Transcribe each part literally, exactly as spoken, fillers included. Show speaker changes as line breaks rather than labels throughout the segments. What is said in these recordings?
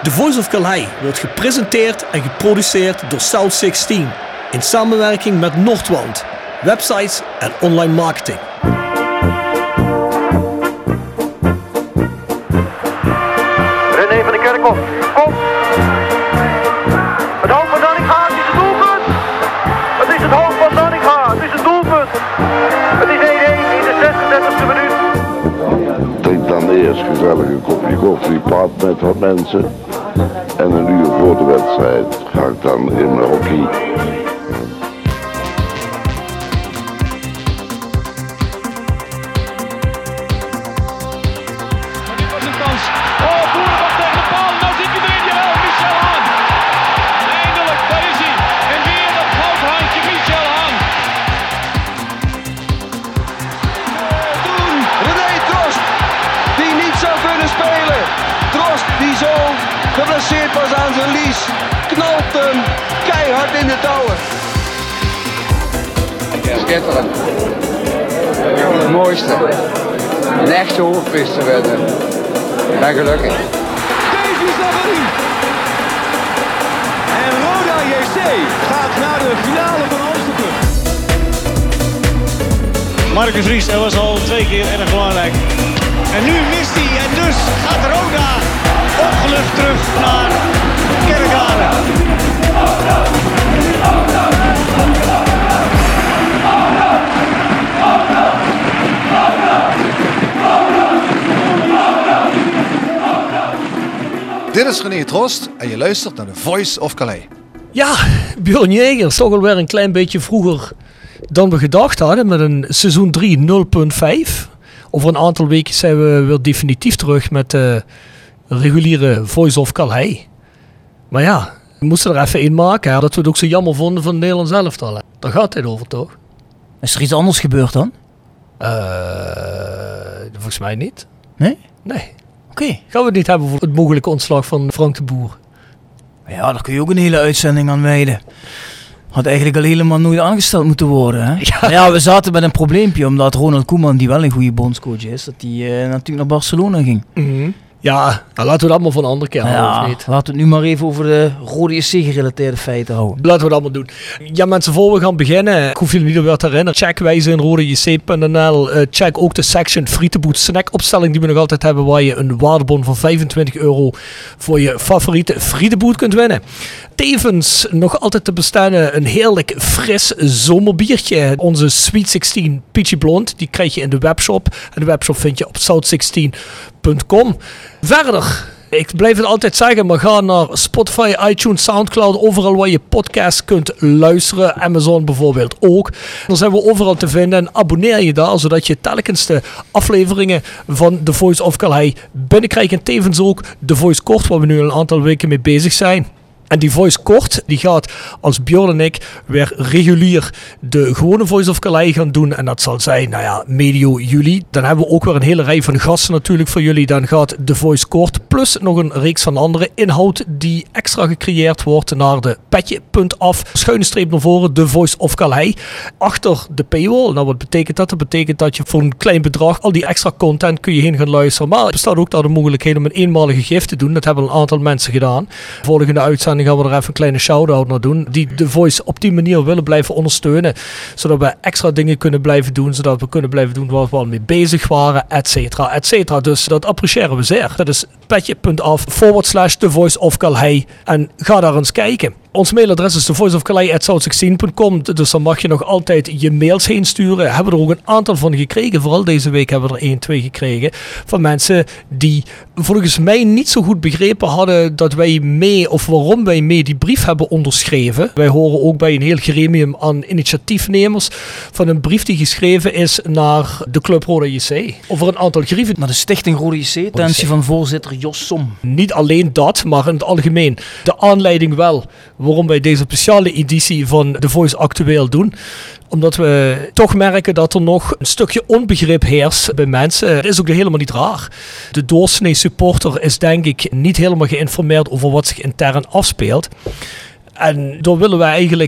The Voice of Calais wordt gepresenteerd en geproduceerd door South zestien in samenwerking met Noordwand, websites en online marketing.
René van de Kerkhof, kom! Het hoofd van Nanninga, het is het doelpunt! Het is het hoofd van Nanninga, het is het doelpunt! Het is één-één in de zesendertigste minuut.
Drink dan eerst gezellig een kopje koffie, praat met wat mensen. En een uur voor de wedstrijd ga ik dan in mijn hockey.
Geblesseerd was aan zijn lies, knalt hem keihard in de touwen.
Schitterend. Het mooiste. Een echte hoofdprijs te winnen. Ik ben gelukkig.
Davy Zacharie. En Roda J C gaat naar de finale van Amsterdam.
Marcus Ries, dat was al twee keer erg belangrijk. En nu mist hij en dus gaat Roda opgelucht terug naar Kerkrade.
Dit is René Trost en je luistert naar The Voice of Calais.
Ja, Björn Jäger, toch alweer een klein beetje vroeger dan we gedacht hadden met een seizoen drie nul punt vijf. Over een aantal weken zijn we weer definitief terug met de reguliere Voice of Calais. Maar ja, we moesten er even in maken, hè, dat we het ook zo jammer vonden van Nederland zelf al. Daar gaat het over, toch?
Is er iets anders gebeurd dan?
Uh, volgens mij niet.
Nee?
Nee.
Oké. Okay.
Gaan we het niet hebben voor het mogelijke ontslag van Frank de Boer?
Ja, daar kun je ook een hele uitzending aan wijden. Had eigenlijk al helemaal nooit aangesteld moeten worden. Hè? Ja. ja, we zaten met een probleempje, omdat Ronald Koeman, die wel een goede bondscoach is, dat die uh, natuurlijk naar Barcelona ging.
Mm-hmm. Ja, nou, laten we dat allemaal van een andere keer houden,
ja,
of niet?
Laten we het nu maar even over de Rode J C gerelateerde feiten houden.
Laten we dat allemaal doen. Ja, mensen, voor we gaan beginnen, ik hoef jullie niet meer te herinneren. Check wijze in rode j c punt n l. Uh, check ook de section Frietenboet snack opstelling die we nog altijd hebben, waar je een waardebon van vijfentwintig euro voor je favoriete Frietenboet kunt winnen. Tevens nog altijd te bestellen een heerlijk fris zomerbiertje. Onze Sweet zestien Peachy Blond, die krijg je in de webshop. En de webshop vind je op south zestien punt com. Verder, ik blijf het altijd zeggen, maar ga naar Spotify, iTunes, Soundcloud, overal waar je podcast kunt luisteren. Amazon bijvoorbeeld ook. Dan zijn we overal te vinden en abonneer je daar, zodat je telkens de afleveringen van The Voice of Calais binnenkrijgt. En tevens ook The Voice Kort, waar we nu een aantal weken mee bezig zijn. En die Voice Kort, die gaat als Björn en ik weer regulier de gewone Voice of Calais gaan doen. En dat zal zijn, nou ja, medio juli. Dan hebben we ook weer een hele rij van gasten natuurlijk voor jullie. Dan gaat de Voice Kort plus nog een reeks van andere inhoud die extra gecreëerd wordt naar de petje.af. Schuine streep naar voren, de Voice of Calais. Achter de paywall. Nou, wat betekent dat? Dat betekent dat je voor een klein bedrag al die extra content kun je heen gaan luisteren. Maar er bestaat ook daar de mogelijkheid om een eenmalige gift te doen. Dat hebben een aantal mensen gedaan. Volgende uitzending gaan we er even een kleine shout-out naar doen. Die de Voice op die manier willen blijven ondersteunen. Zodat we extra dingen kunnen blijven doen. Zodat we kunnen blijven doen waar we al mee bezig waren. Et cetera, et cetera. Dus dat appreciëren we zeer. Dat is petje.af forward slash The Voice of Calais. En ga daar eens kijken. Ons mailadres is the voice of calais at south sixteen punt com. Dus dan mag je nog altijd je mails heen sturen. Hebben we er ook een aantal van gekregen. Vooral deze week hebben we er één, twee gekregen. Van mensen die volgens mij niet zo goed begrepen hadden dat wij mee, of waarom wij mee die brief hebben onderschreven. Wij horen ook bij een heel gremium aan initiatiefnemers van een brief die geschreven is naar de Club Roda J C. Over een aantal grieven.
Naar de Stichting Roda J C, ten aanzien van voorzitter Jos Som.
Niet alleen dat, maar in het algemeen. De aanleiding wel waarom wij deze speciale editie van The Voice actueel doen. Omdat we toch merken dat er nog een stukje onbegrip heerst bij mensen. Dat is ook helemaal niet raar. De doorsnee supporter is denk ik niet helemaal geïnformeerd over wat zich intern afspeelt. En daar willen wij eigenlijk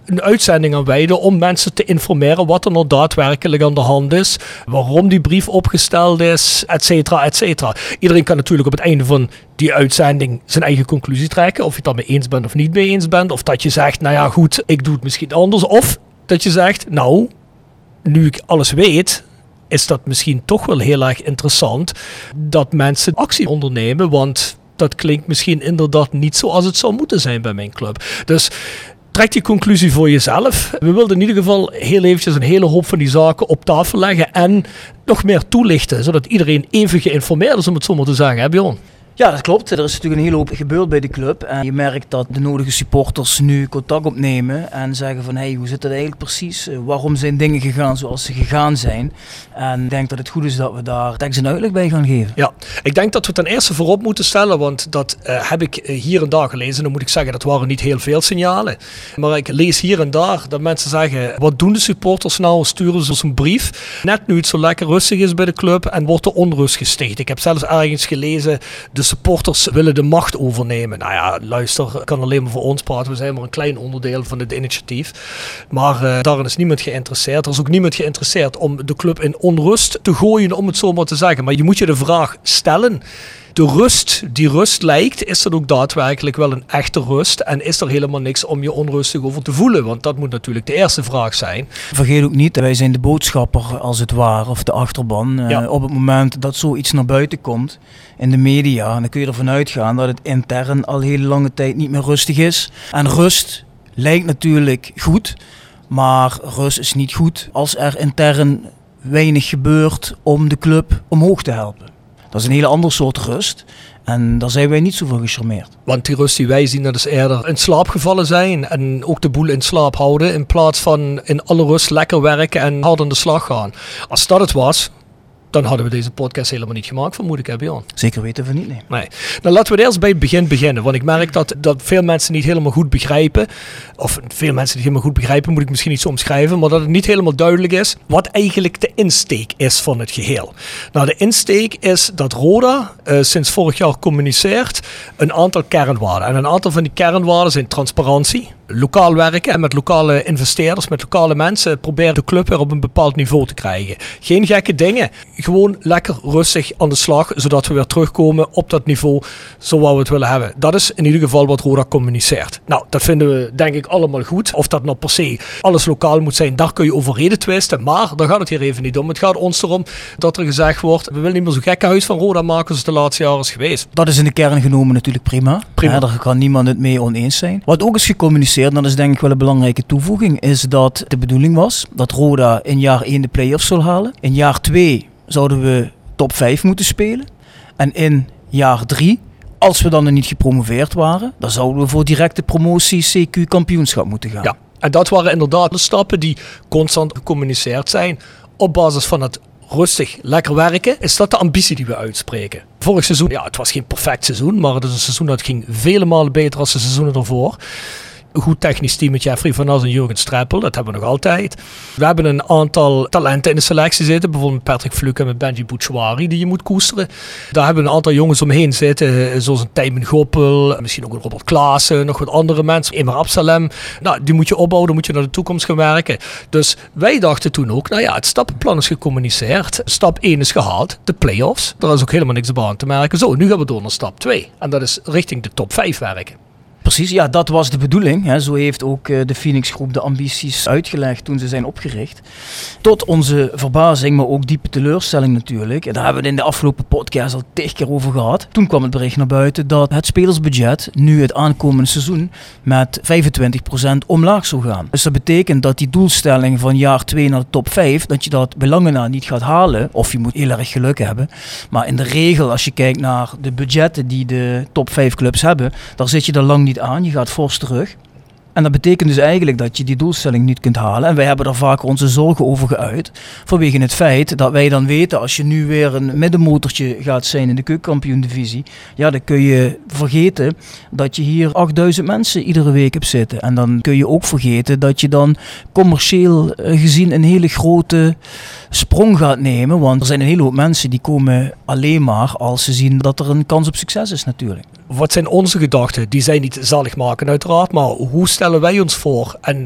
een uitzending aan wijden om mensen te informeren wat er nou daadwerkelijk aan de hand is, waarom die brief opgesteld is, et cetera, et cetera. Iedereen kan natuurlijk op het einde van die uitzending zijn eigen conclusie trekken, of je het daarmee eens bent of niet mee eens bent, of dat je zegt, nou ja goed, ik doe het misschien anders, of dat je zegt, nou, nu ik alles weet, is dat misschien toch wel heel erg interessant dat mensen actie ondernemen, want dat klinkt misschien inderdaad niet zoals het zou moeten zijn bij mijn club. Dus trek die conclusie voor jezelf. We wilden in ieder geval heel eventjes een hele hoop van die zaken op tafel leggen en nog meer toelichten, zodat iedereen even geïnformeerd is, om het zo maar te zeggen, hè Bjorn?
Ja, dat klopt. Er is natuurlijk een hele hoop gebeurd bij de club. En je merkt dat de nodige supporters nu contact opnemen en zeggen van, hey, hoe zit dat eigenlijk precies? Waarom zijn dingen gegaan zoals ze gegaan zijn? En ik denk dat het goed is dat we daar tekst en uitleg bij gaan geven.
Ja, ik denk dat we ten eerste voorop moeten stellen, want dat uh, heb ik hier en daar gelezen. Dan moet ik zeggen, dat waren niet heel veel signalen. Maar ik lees hier en daar dat mensen zeggen, wat doen de supporters nou? Sturen ze een brief? Net nu het zo lekker rustig is bij de club en wordt de onrust gesticht. Ik heb zelfs ergens gelezen, de supporters willen de macht overnemen. Nou ja, luister, ik kan alleen maar voor ons praten. We zijn maar een klein onderdeel van dit initiatief. Maar uh, daarin is niemand geïnteresseerd. Er is ook niemand geïnteresseerd om de club in onrust te gooien, om het zo maar te zeggen. Maar je moet je de vraag stellen, de rust die rust lijkt, is dat ook daadwerkelijk wel een echte rust? En is er helemaal niks om je onrustig over te voelen? Want dat moet natuurlijk de eerste vraag zijn.
Vergeet ook niet, wij zijn de boodschapper als het ware, of de achterban. Uh, ja. Op het moment dat zoiets naar buiten komt in de media, dan kun je ervan uitgaan dat het intern al hele lange tijd niet meer rustig is. En rust lijkt natuurlijk goed, maar rust is niet goed als er intern weinig gebeurt om de club omhoog te helpen. Dat is een hele andere soort rust. En daar zijn wij niet zoveel gecharmeerd.
Want die rust die wij zien, dat is eerder in slaap gevallen zijn. En ook de boel in slaap houden. In plaats van in alle rust lekker werken en hard aan de slag gaan. Als dat het was, dan hadden we deze podcast helemaal niet gemaakt, vermoed ik, hè Bjorn?
Zeker weten we niet, nee.
nee. Nou, laten we eerst bij het begin beginnen. Want ik merk dat, dat veel mensen niet helemaal goed begrijpen. Of veel mensen niet helemaal goed begrijpen, moet ik misschien niet zo omschrijven. Maar dat het niet helemaal duidelijk is wat eigenlijk de insteek is van het geheel. Nou, de insteek is dat Roda uh, sinds vorig jaar communiceert een aantal kernwaarden. En een aantal van die kernwaarden zijn transparantie, lokaal werken en met lokale investeerders, met lokale mensen proberen de club weer op een bepaald niveau te krijgen. Geen gekke dingen. Gewoon lekker rustig aan de slag, zodat we weer terugkomen op dat niveau zoals we het willen hebben. Dat is in ieder geval wat Roda communiceert. Nou, dat vinden we denk ik allemaal goed. Of dat nou per se alles lokaal moet zijn, daar kun je over reden twisten. Maar daar gaat het hier even niet om. Het gaat ons erom dat er gezegd wordt, we willen niet meer zo'n gekke huis van Roda maken zoals het de laatste jaren is geweest.
Dat is in de kern genomen natuurlijk prima. prima. Ja, daar kan niemand het mee oneens zijn. Wat ook is gecommuniceerd, dat is denk ik wel een belangrijke toevoeging, is dat de bedoeling was dat Roda in jaar één de play-offs zou halen. In jaar twee zouden we top vijf moeten spelen. En in jaar drie, als we dan nog niet gepromoveerd waren, dan zouden we voor directe promotie C Q kampioenschap moeten gaan.
Ja, en dat waren inderdaad de stappen die constant gecommuniceerd zijn. Op basis van het rustig, lekker werken, is dat de ambitie die we uitspreken. Vorig seizoen, ja, het was geen perfect seizoen, maar het is een seizoen dat ging vele malen beter dan de seizoenen ervoor. Een goed technisch team met Jeffrey van As en Jurgen Streppel, dat hebben we nog altijd. We hebben een aantal talenten in de selectie zitten, bijvoorbeeld Patrick Fluke en met Benji Bouchouari, die je moet koesteren. Daar hebben we een aantal jongens omheen zitten, zoals een Tijmen Goppel, misschien ook een Robert Klaassen, nog wat andere mensen, Emir Absalem. Nou, die moet je opbouwen, dan moet je naar de toekomst gaan werken. Dus wij dachten toen ook, nou ja, het stappenplan is gecommuniceerd. Stap één is gehaald, de play-offs. Daar is ook helemaal niks op aan te merken. Zo, nu gaan we door naar stap twee. En dat is richting de top vijf werken.
Precies, ja, dat was de bedoeling. Hè. Zo heeft ook uh, de Phoenix Groep de ambities uitgelegd toen ze zijn opgericht. Tot onze verbazing, maar ook diepe teleurstelling natuurlijk. En daar hebben we het in de afgelopen podcast al tig keer over gehad. Toen kwam het bericht naar buiten dat het spelersbudget nu het aankomende seizoen met vijfentwintig procent omlaag zou gaan. Dus dat betekent dat die doelstelling van jaar twee naar de top vijf, dat je dat bij lange na niet gaat halen. Of je moet heel erg geluk hebben. Maar in de regel, als je kijkt naar de budgetten die de top vijf clubs hebben, daar zit je er lang niet aan, je gaat fors terug. En dat betekent dus eigenlijk dat je die doelstelling niet kunt halen. En wij hebben daar vaak onze zorgen over geuit. Vanwege het feit dat wij dan weten, als je nu weer een middenmotortje gaat zijn in de keukenkampioen-divisie, ja, dan kun je vergeten dat je hier achtduizend mensen iedere week hebt zitten. En dan kun je ook vergeten dat je dan commercieel gezien een hele grote sprong gaat nemen. Want er zijn een hele hoop mensen die komen alleen maar als ze zien dat er een kans op succes is natuurlijk.
Wat zijn onze gedachten? Die zijn niet zaligmakend uiteraard, maar hoe stellen wij ons voor? En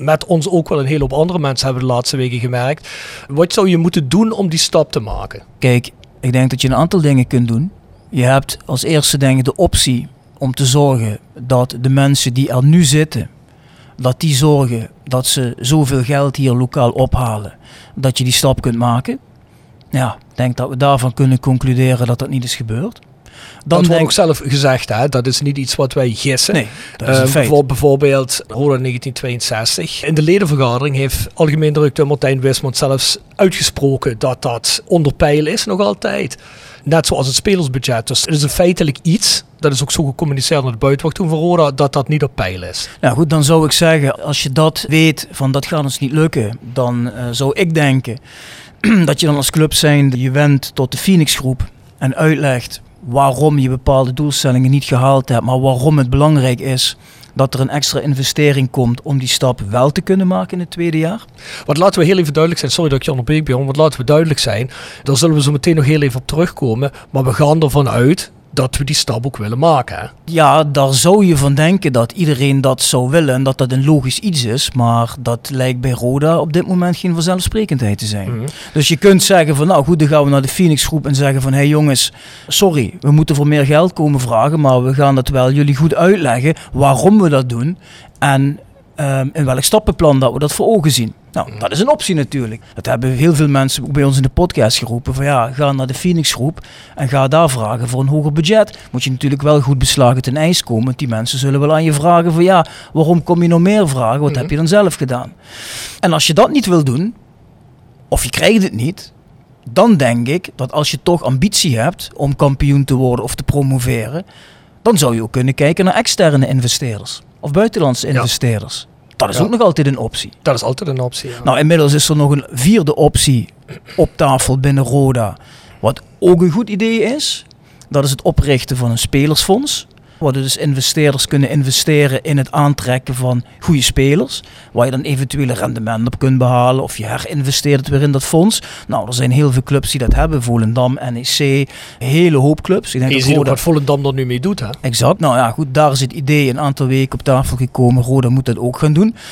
met ons ook wel een hele hoop andere mensen hebben de laatste weken gemerkt. Wat zou je moeten doen om die stap te maken?
Kijk, ik denk dat je een aantal dingen kunt doen. Je hebt als eerste denk ik de optie om te zorgen dat de mensen die er nu zitten, dat die zorgen dat ze zoveel geld hier lokaal ophalen, dat je die stap kunt maken. Ja, ik denk dat we daarvan kunnen concluderen dat dat niet is gebeurd. Dan
dat wordt
denk...
ook zelf gezegd, hè? Dat is niet iets wat wij gissen.
Nee, dat is een
uh,
feit.
Bijvoorbeeld, bijvoorbeeld Roda negentien tweeënzestig. In de ledenvergadering heeft algemeen directeur Martijn Wismond zelfs uitgesproken dat dat onder peil is nog altijd. Net zoals het spelersbudget. Dus het is een feitelijk iets, dat is ook zo gecommuniceerd naar de buitenwacht toen van Roda, dat dat niet op peil is.
Nou goed, dan zou ik zeggen, als je dat weet, van dat gaat ons niet lukken, dan uh, zou ik denken dat je dan als club zijnde je wendt tot de Phoenix groep en uitlegt waarom je bepaalde doelstellingen niet gehaald hebt, maar waarom het belangrijk is dat er een extra investering komt om die stap wel te kunnen maken in het tweede jaar.
Wat laten we heel even duidelijk zijn, sorry dat ik je onderbreek, Bjorn, wat laten we duidelijk zijn, daar zullen we zo meteen nog heel even op terugkomen, maar we gaan ervan uit dat we die stap ook willen maken. Hè?
Ja, daar zou je van denken dat iedereen dat zou willen en dat dat een logisch iets is, maar dat lijkt bij Roda op dit moment geen vanzelfsprekendheid te zijn. Mm-hmm. Dus je kunt zeggen van nou goed, dan gaan we naar de Phoenix groep en zeggen van hé hey jongens, sorry, we moeten voor meer geld komen vragen, maar we gaan dat wel jullie goed uitleggen waarom we dat doen en um, in welk stappenplan dat we dat voor ogen zien. Nou, dat is een optie natuurlijk. Dat hebben heel veel mensen ook bij ons in de podcast geroepen. Van ja, ga naar de Phoenix groep en ga daar vragen voor een hoger budget. Moet je natuurlijk wel goed beslagen ten ijs komen. Want die mensen zullen wel aan je vragen van ja, waarom kom je nog meer vragen? Wat mm-hmm. heb je dan zelf gedaan? En als je dat niet wil doen, of je krijgt het niet, dan denk ik dat als je toch ambitie hebt om kampioen te worden of te promoveren, dan zou je ook kunnen kijken naar externe investeerders of buitenlandse ja. investeerders. Dat is ja. ook nog altijd een optie.
Dat is altijd een optie, ja.
Nou, inmiddels is er nog een vierde optie op tafel binnen Roda. Wat ook een goed idee is. Dat is het oprichten van een spelersfonds. Waar dus investeerders kunnen investeren in het aantrekken van goede spelers. Waar je dan eventuele rendement op kunt behalen. Of je herinvesteert het weer in dat fonds. Nou, er zijn heel veel clubs die dat hebben. Volendam, N E C, een hele hoop clubs. Ik denk
je
dat
ziet
Roda...
ook wat Volendam er nu mee doet, hè?
Exact. Nou ja, goed, daar is het idee een aantal weken op tafel gekomen. Roda moet dat ook gaan doen.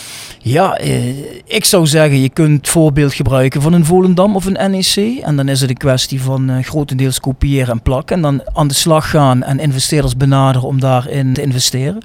Ja, eh, ik zou zeggen, je kunt het voorbeeld gebruiken van een Volendam of een N E C. En dan is het een kwestie van uh, grotendeels kopiëren en plakken. En dan aan de slag gaan en investeerders benaderen om daarin te investeren.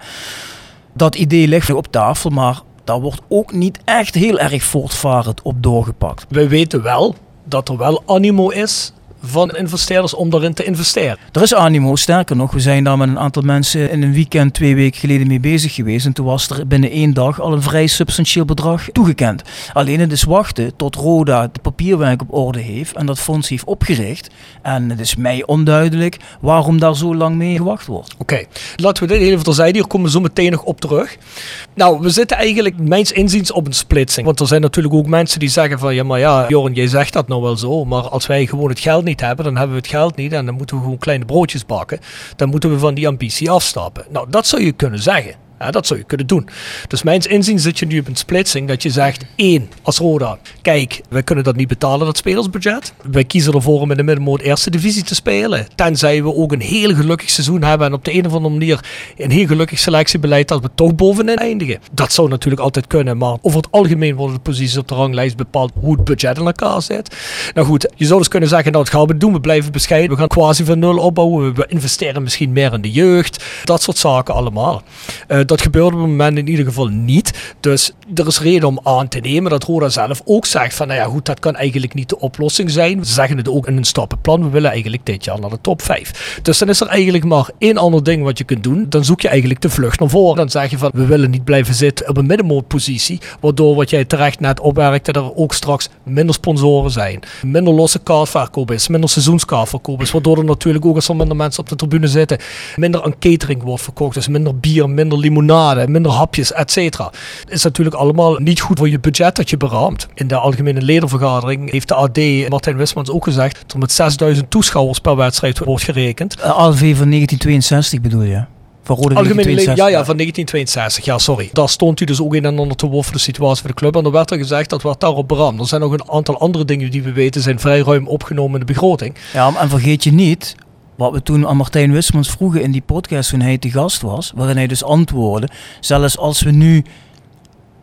Dat idee ligt op tafel, maar daar wordt ook niet echt heel erg voortvarend op doorgepakt.
We weten wel dat er wel animo is van investeerders om daarin te investeren.
Er is animo, sterker nog, we zijn daar met een aantal mensen in een weekend twee weken geleden mee bezig geweest en toen was er binnen één dag al een vrij substantieel bedrag toegekend. Alleen het is wachten tot Roda het papierwerk op orde heeft en dat fonds heeft opgericht en het is mij onduidelijk waarom daar zo lang mee gewacht wordt.
Oké, okay. Laten we dit even terzijde, hier komen we zo meteen nog op terug. Nou, we zitten eigenlijk mijns inziens op een splitsing, want er zijn natuurlijk ook mensen die zeggen van ja, maar ja, Joren, jij zegt dat nou wel zo, maar als wij gewoon het geld niet hebben, dan hebben we het geld niet en dan moeten we gewoon kleine broodjes bakken. Dan moeten we van die ambitie afstappen. Nou, dat zou je kunnen zeggen. Ja, dat zou je kunnen doen. Dus mijns inziens zit je nu op een splitsing dat je zegt, één, als Roda, kijk, wij kunnen dat niet betalen, dat spelersbudget. Wij kiezen ervoor om in de middenmoot eerste divisie te spelen. Tenzij we ook een heel gelukkig seizoen hebben en op de een of andere manier een heel gelukkig selectiebeleid dat we toch bovenin eindigen. Dat zou natuurlijk altijd kunnen, maar over het algemeen worden de posities op de ranglijst bepaald hoe het budget in elkaar zit. Nou goed, je zou dus kunnen zeggen, nou, dat gaan we doen, we blijven bescheiden, we gaan quasi van nul opbouwen, we investeren misschien meer in de jeugd, dat soort zaken allemaal. Uh, Dat gebeurt op het moment in ieder geval niet. Dus er is reden om aan te nemen dat Roda zelf ook zegt van nou ja goed, dat kan eigenlijk niet de oplossing zijn. Ze zeggen het ook in een stappenplan. We willen eigenlijk dit jaar naar de top vijf. Dus dan is er eigenlijk maar één ander ding wat je kunt doen. Dan zoek je eigenlijk de vlucht naar voren. Dan zeg je van we willen niet blijven zitten op een middenmootpositie. Waardoor wat jij terecht net opwerkte, dat er ook straks minder sponsoren zijn. Minder losse kaartverkoop is. Minder seizoenskaartverkoop is. Waardoor er natuurlijk ook als er minder mensen op de tribune zitten. Minder aan catering wordt verkocht. Dus minder bier, minder limonade, minder hapjes, et cetera. Het is natuurlijk allemaal niet goed voor je budget dat je beraamt. In de algemene ledenvergadering heeft de A D Martijn Wismans ook gezegd dat er met zesduizend toeschouwers per wedstrijd wordt gerekend.
Uh, A L V van negentien tweeënzestig bedoel je? Van Rode
Algemene le- ja, ja, van negentien tweeënzestig. Ja, sorry. Daar stond hij dus ook een en ander te woord voor de situatie van de club. En er werd er gezegd dat werd daarop beraamd. Er zijn nog een aantal andere dingen die we weten zijn vrij ruim opgenomen in de begroting.
Ja, en vergeet je niet wat we toen aan Martijn Wismans vroegen in die podcast toen hij te gast was, waarin hij dus antwoordde, zelfs als we nu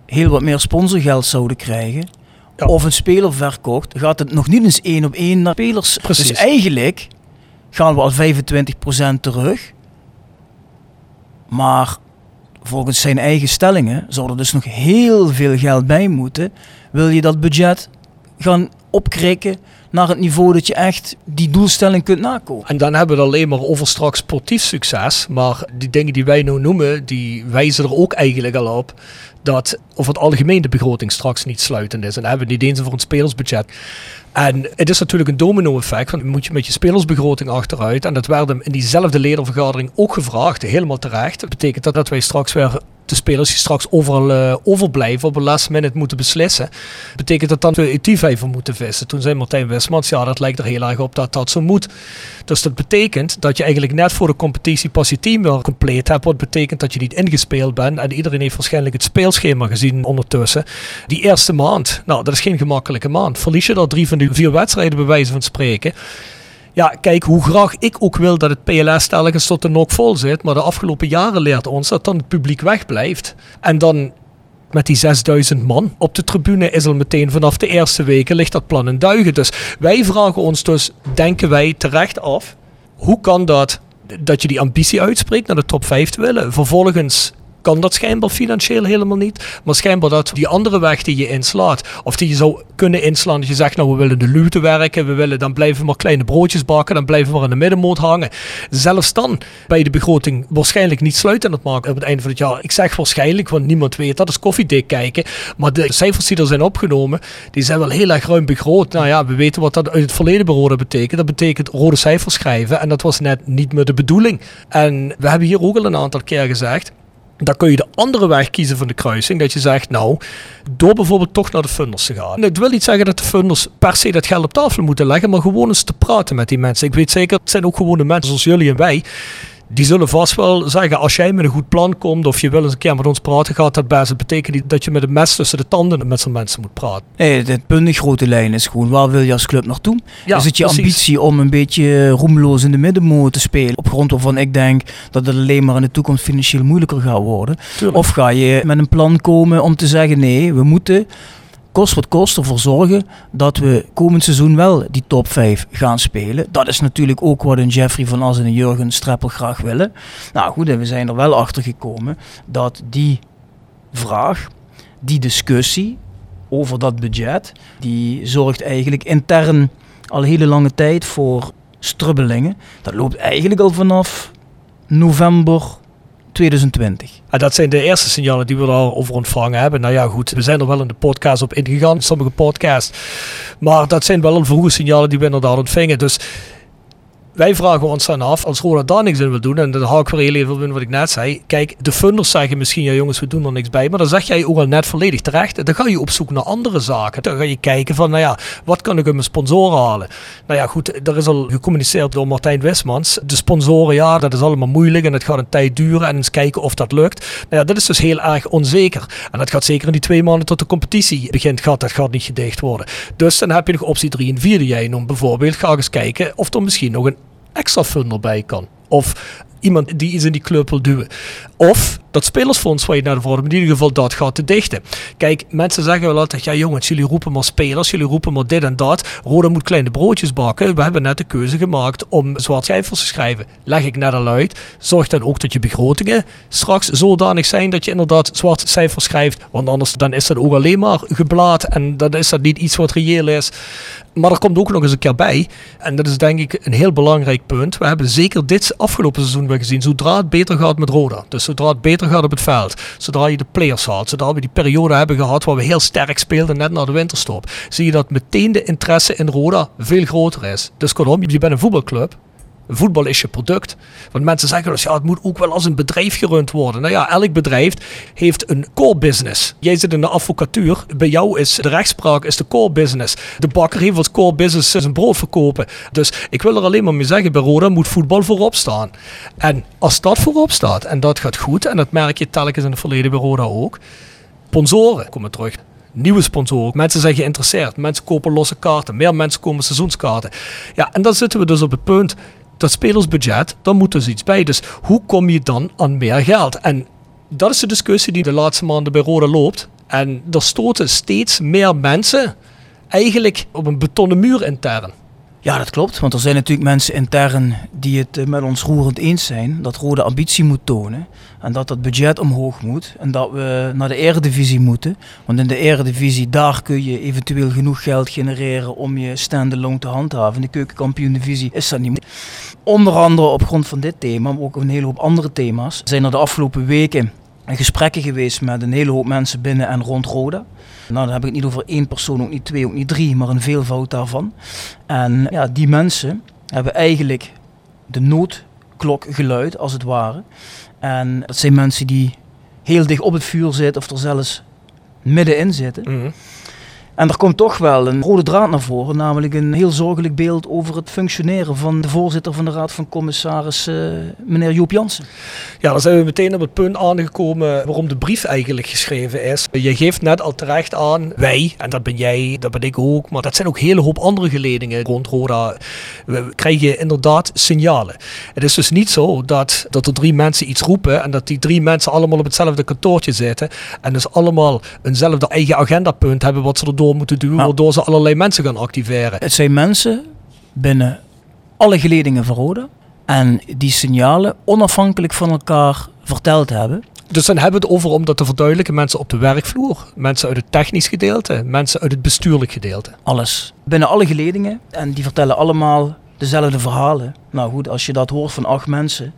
heel wat meer sponsorgeld zouden krijgen,
ja.
of een speler verkocht, gaat het nog niet eens één op één naar spelers.
Precies.
Dus eigenlijk gaan we al vijfentwintig procent terug. Maar volgens zijn eigen stellingen zou er dus nog heel veel geld bij moeten. Wil je dat budget gaan opkrikken naar het niveau dat je echt die doelstelling kunt nakomen.
En dan hebben we het alleen maar over straks sportief succes. Maar die dingen die wij nou noemen, die wijzen er ook eigenlijk al op dat over het algemeen de begroting straks niet sluitend is. En dan hebben we niet eens over een spelersbudget. En het is natuurlijk een domino-effect, want dan moet je met je spelersbegroting achteruit. En dat werd hem in diezelfde ledenvergadering ook gevraagd, helemaal terecht. Dat betekent dat, dat wij straks weer de spelers die straks overal uh, overblijven op een last minute moeten beslissen. Betekent dat dan we E T vijver moeten vissen. Toen zei Martijn Wismans, ja, dat lijkt er heel erg op dat dat zo moet. Dus dat betekent dat je eigenlijk net voor de competitie pas je team weer compleet hebt. Wat betekent dat je niet ingespeeld bent. En iedereen heeft waarschijnlijk het speelschema gezien ondertussen. Die eerste maand, nou, dat is geen gemakkelijke maand. Verlies je er drie van die vier wedstrijden bij wijze van spreken. Ja, kijk, hoe graag ik ook wil dat het P L S telkens tot de nok vol zit. Maar de afgelopen jaren leert ons dat dan het publiek wegblijft. En dan met die zesduizend man op de tribune is al meteen vanaf de eerste weken ligt dat plan in duigen. Dus wij vragen ons dus, denken wij terecht af, hoe kan dat dat je die ambitie uitspreekt naar de top vijf te willen? Vervolgens kan dat schijnbaar financieel helemaal niet. Maar schijnbaar dat die andere weg die je inslaat, of die je zou kunnen inslaan, dat je zegt, nou we willen de luwte werken, we willen dan blijven we maar kleine broodjes bakken, dan blijven we maar in de middenmoot hangen. Zelfs dan bij de begroting waarschijnlijk niet sluitend het maken op het einde van het jaar. Ik zeg waarschijnlijk, want niemand weet dat, is koffiedik kijken. Maar de cijfers die er zijn opgenomen, die zijn wel heel erg ruim begroot. Nou ja, we weten wat dat uit het verleden bij Roda betekent. Dat betekent rode cijfers schrijven en dat was net niet meer de bedoeling. En we hebben hier ook al een aantal keer gezegd, dan kun je de andere weg kiezen van de kruising. Dat je zegt, nou, door bijvoorbeeld toch naar de funders te gaan. Ik wil niet zeggen dat de funders per se dat geld op tafel moeten leggen, maar gewoon eens te praten met die mensen. Ik weet zeker, het zijn ook gewoon de mensen zoals jullie en wij. Die zullen vast wel zeggen, als jij met een goed plan komt of je wil eens een keer met ons praten, gaat dat best. Het betekent niet dat je met een mes tussen de tanden met zo'n mensen moet praten.
Nee, het punt, de grote lijn is gewoon, waar wil je als club naartoe?
Ja,
is het je
precies.
ambitie om een beetje roemloos in de middenmoot te spelen? Op grond waarvan ik denk dat het alleen maar in de toekomst financieel moeilijker gaat worden.
Tuurlijk.
Of ga je met een plan komen om te zeggen, nee, we moeten kost wat kost ervoor zorgen dat we komend seizoen wel die top vijf gaan spelen. Dat is natuurlijk ook wat een Jeffrey van As en een Jurgen Streppel graag willen. Nou goed, en we zijn er wel achter gekomen dat die vraag, die discussie over dat budget, die zorgt eigenlijk intern al hele lange tijd voor strubbelingen. Dat loopt eigenlijk al vanaf november twintig twintig.
En dat zijn de eerste signalen die we daarover ontvangen hebben. Nou ja, goed, we zijn er wel in de podcast op ingegaan, sommige podcasts. Maar dat zijn wel al vroege signalen die we inderdaad ontvingen. Dus wij vragen ons dan af, als Roda daar niks in wil doen, en dan haal ik weer heel even in wat ik net zei. Kijk, de funders zeggen misschien, ja jongens, we doen er niks bij. Maar dan zeg jij ook al net volledig terecht. Dan ga je op zoek naar andere zaken. Dan ga je kijken van, nou ja, wat kan ik uit mijn sponsoren halen? Nou ja, goed, er is al gecommuniceerd door Martijn Wismans. De sponsoren, ja, dat is allemaal moeilijk en het gaat een tijd duren en eens kijken of dat lukt. Nou ja, dat is dus heel erg onzeker. En dat gaat zeker in die twee maanden tot de competitie begint, gaat dat gaat niet gedicht worden. Dus dan heb je nog optie drie en vier die jij noemt. Bijvoorbeeld, ga eens kijken of er misschien nog een extra funder bij kan. Of iemand die iets in die club wil duwen. Of dat spelersfonds waar je naar voor in ieder geval dat gaat te dichten. Kijk, mensen zeggen wel altijd, ja jongens, jullie roepen maar spelers, jullie roepen maar dit en dat. Roda moet kleine broodjes bakken. We hebben net de keuze gemaakt om zwart cijfers te schrijven. Leg ik net al uit. Zorg dan ook dat je begrotingen straks zodanig zijn dat je inderdaad zwart cijfers schrijft. Want anders dan is dat ook alleen maar geblaad en dan is dat niet iets wat reëel is. Maar er komt ook nog eens een keer bij, en dat is denk ik een heel belangrijk punt. We hebben zeker dit afgelopen seizoen weer gezien, zodra het beter gaat met Roda. Dus zodra het beter gaat op het veld, zodra je de players had, zodra we die periode hebben gehad waar we heel sterk speelden net na de winterstop, zie je dat meteen de interesse in Roda veel groter is. Dus kortom, je bent een voetbalclub. Voetbal is je product. Want mensen zeggen dus, ja, het moet ook wel als een bedrijf gerund worden. Nou ja, elk bedrijf heeft een core business. Jij zit in de advocatuur. Bij jou is de rechtspraak is de core business. De bakker heeft als core business zijn brood verkopen. Dus ik wil er alleen maar mee zeggen, bij Roda moet voetbal voorop staan. En als dat voorop staat, en dat gaat goed, en dat merk je telkens in het verleden bij Roda ook. Sponsoren komen terug. Nieuwe sponsoren. Mensen zijn geïnteresseerd. Mensen kopen losse kaarten. Meer mensen komen seizoenskaarten. Ja, en dan zitten we dus op het punt, dat spelersbudget, daar moet dus iets bij. Dus hoe kom je dan aan meer geld? En dat is de discussie die de laatste maanden bij Roda loopt. En er stoten steeds meer mensen eigenlijk op een betonnen muur intern.
Ja, dat klopt. Want er zijn natuurlijk mensen intern die het met ons roerend eens zijn dat Roda ambitie moet tonen. En dat dat budget omhoog moet. En dat we naar de Eredivisie moeten. Want in de Eredivisie, daar kun je eventueel genoeg geld genereren om je stand-alone te handhaven. In de Keukenkampioen-divisie is dat niet. Onder andere op grond van dit thema, maar ook een hele hoop andere thema's, zijn er de afgelopen weken gesprekken geweest met een hele hoop mensen binnen en rond Roda. Nou, dan heb ik het niet over één persoon, ook niet twee, ook niet drie, maar een veelvoud daarvan. En ja, die mensen hebben eigenlijk de noodklok geluid, als het ware. En dat zijn mensen die heel dicht op het vuur zitten of er zelfs middenin zitten. Mm-hmm. En er komt toch wel een rode draad naar voren, namelijk een heel zorgelijk beeld over het functioneren van de voorzitter van de Raad van Commissarissen, meneer Joop Jansen.
Ja, dan zijn we meteen op het punt aangekomen waarom de brief eigenlijk geschreven is. Je geeft net al terecht aan, wij, en dat ben jij, dat ben ik ook, maar dat zijn ook een hele hoop andere geledingen rond Roda. We krijgen inderdaad signalen. Het is dus niet zo dat, dat er drie mensen iets roepen en dat die drie mensen allemaal op hetzelfde kantoortje zitten en dus allemaal eenzelfde eigen agendapunt hebben wat ze erdoor moeten doen, nou, waardoor ze allerlei mensen gaan activeren.
Het zijn mensen binnen alle geledingen van Roda en die signalen onafhankelijk van elkaar verteld hebben.
Dus dan hebben we het over, om dat te verduidelijken, mensen op de werkvloer, mensen uit het technisch gedeelte, mensen uit het bestuurlijk gedeelte.
Alles. Binnen alle geledingen en die vertellen allemaal dezelfde verhalen. Nou goed, als je dat hoort van acht mensen,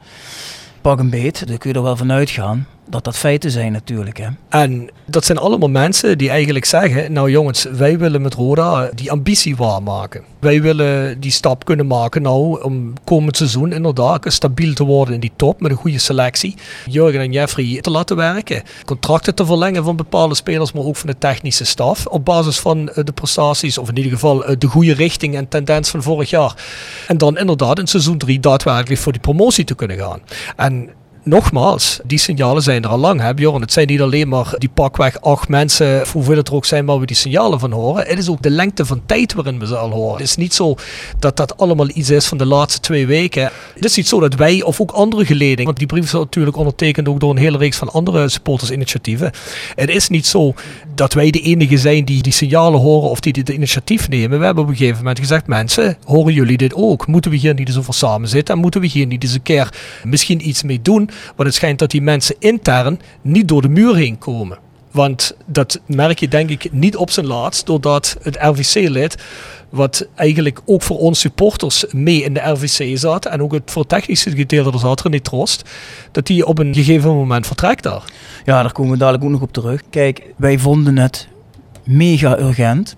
pak een beet, dan kun je er wel van uitgaan dat dat feiten zijn natuurlijk. Hè.
En dat zijn allemaal mensen die eigenlijk zeggen, nou jongens, wij willen met Roda die ambitie waarmaken. Wij willen die stap kunnen maken nou om komend seizoen inderdaad stabiel te worden in die top met een goede selectie. Jurgen en Jeffrey te laten werken. Contracten te verlengen van bepaalde spelers, maar ook van de technische staf. Op basis van de prestaties, of in ieder geval de goede richting en tendens van vorig jaar. En dan inderdaad in seizoen drie daadwerkelijk voor die promotie te kunnen gaan. En nogmaals, die signalen zijn er al lang. Hè, Bjorn? Het zijn niet alleen maar die pakweg acht mensen, hoeveel het er ook zijn waar we die signalen van horen. Het is ook de lengte van tijd waarin we ze al horen. Het is niet zo dat dat allemaal iets is van de laatste twee weken. Het is niet zo dat wij of ook andere geledingen, want die brief is natuurlijk ondertekend ook door een hele reeks van andere supportersinitiatieven. Het is niet zo dat wij de enige zijn die die signalen horen of die dit initiatief nemen. We hebben op een gegeven moment gezegd, mensen, horen jullie dit ook? Moeten we hier niet eens over samen zitten en moeten we hier niet eens een keer misschien iets mee doen? Want het schijnt dat die mensen intern niet door de muur heen komen. Want dat merk je denk ik niet op zijn laatst, doordat het R V C-lid, wat eigenlijk ook voor ons supporters mee in de R V C zat en ook het voor technische gedeelte er zat, René Trost, dat die op een gegeven moment vertrekt daar.
Ja, daar komen we dadelijk ook nog op terug. Kijk, wij vonden het mega urgent,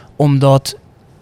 omdat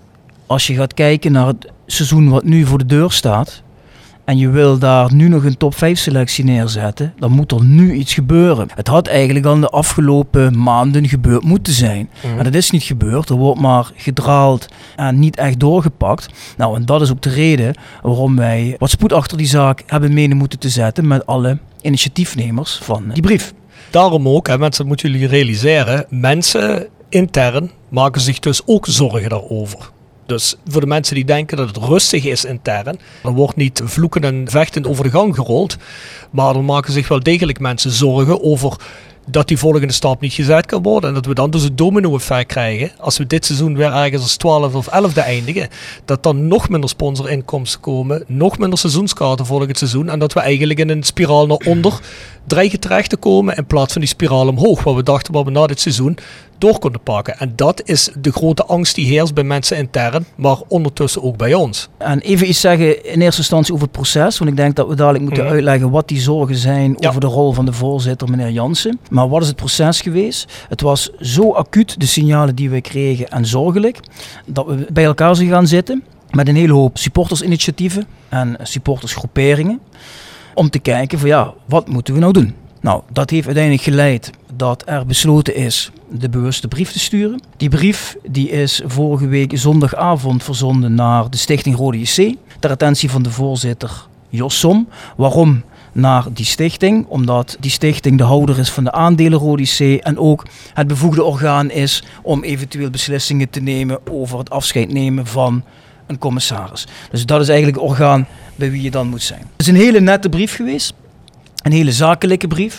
als je gaat kijken naar het seizoen wat nu voor de deur staat, en je wil daar nu nog een top vijf selectie neerzetten, dan moet er nu iets gebeuren. Het had eigenlijk al de afgelopen maanden gebeurd moeten zijn. Mm. Maar dat is niet gebeurd. Er wordt maar gedraald en niet echt doorgepakt. Nou, en dat is ook de reden waarom wij wat spoed achter die zaak hebben menen moeten te zetten met alle initiatiefnemers van die brief.
Daarom ook, hè, mensen, dat moeten jullie realiseren, mensen intern maken zich dus ook zorgen daarover. Dus voor de mensen die denken dat het rustig is intern, er wordt niet vloekend en vechtend over de gang gerold, maar er maken zich wel degelijk mensen zorgen over dat die volgende stap niet gezet kan worden en dat we dan dus het domino-effect krijgen. Als we dit seizoen weer ergens als twaalfde of elfde eindigen, dat dan nog minder sponsorinkomsten komen, nog minder seizoenskaarten volgend seizoen en dat we eigenlijk in een spiraal naar onder dreigen terecht te komen in plaats van die spiraal omhoog, waar we dachten waar we na dit seizoen door konden pakken. En dat is de grote angst die heerst bij mensen intern, maar ondertussen ook bij ons.
En even iets zeggen in eerste instantie over het proces, want ik denk dat we dadelijk moeten mm. uitleggen wat die zorgen zijn ja. over de rol van de voorzitter, meneer Jansen. Maar wat is het proces geweest? Het was zo acuut, de signalen die we kregen, en zorgelijk, dat we bij elkaar zijn gaan zitten met een hele hoop supportersinitiatieven en supportersgroeperingen, om te kijken van ja, wat moeten we nou doen? Nou, dat heeft uiteindelijk geleid dat er besloten is de bewuste brief te sturen. Die brief die is vorige week zondagavond verzonden naar de Stichting Roda J C, ter attentie van de voorzitter Jos Som. Waarom naar die stichting? Omdat die stichting de houder is van de aandelen Roda J C en ook het bevoegde orgaan is om eventueel beslissingen te nemen over het afscheid nemen van een commissaris. Dus dat is eigenlijk het orgaan bij wie je dan moet zijn. Het is een hele nette brief geweest. Een hele zakelijke brief.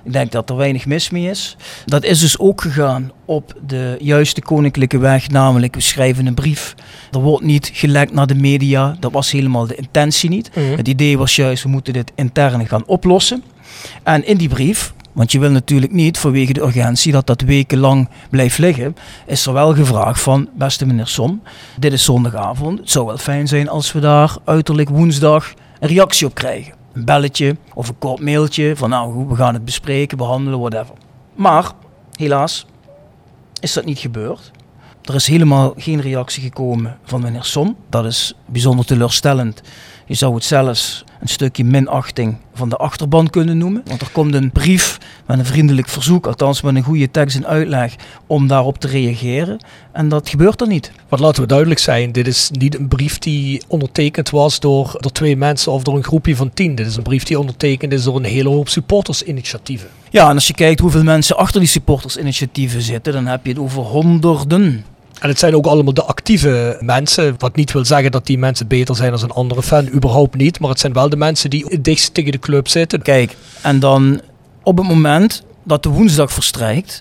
Ik denk dat er weinig mis mee is. Dat is dus ook gegaan op de juiste koninklijke weg, namelijk we schrijven een brief. Er wordt niet gelekt naar de media, dat was helemaal de intentie niet. Mm-hmm. Het idee was juist, we moeten dit intern gaan oplossen. En in die brief, want je wil natuurlijk niet vanwege de urgentie dat dat wekenlang blijft liggen, is er wel gevraagd van, beste meneer Som, dit is zondagavond, het zou wel fijn zijn als we daar uiterlijk woensdag een reactie op krijgen. Een belletje of een kort mailtje van nou goed, we gaan het bespreken, behandelen, whatever. Maar helaas is dat niet gebeurd. Er is helemaal geen reactie gekomen van meneer Som. Dat is bijzonder teleurstellend. Je zou het zelfs een stukje minachting van de achterban kunnen noemen. Want er komt een brief met een vriendelijk verzoek, althans met een goede tekst en uitleg, om daarop te reageren. En dat gebeurt er niet.
Want laten we duidelijk zijn, dit is niet een brief die ondertekend was door, door twee mensen of door een groepje van tien. Dit is een brief die ondertekend is door een hele hoop supportersinitiatieven.
Ja, en als je kijkt hoeveel mensen achter die supportersinitiatieven zitten, dan heb je het over honderden.
En het zijn ook allemaal de actieve mensen. Wat niet wil zeggen dat die mensen beter zijn dan een andere fan. Überhaupt niet. Maar het zijn wel de mensen die het dichtst tegen de club zitten.
Kijk, en dan op het moment dat de woensdag verstrijkt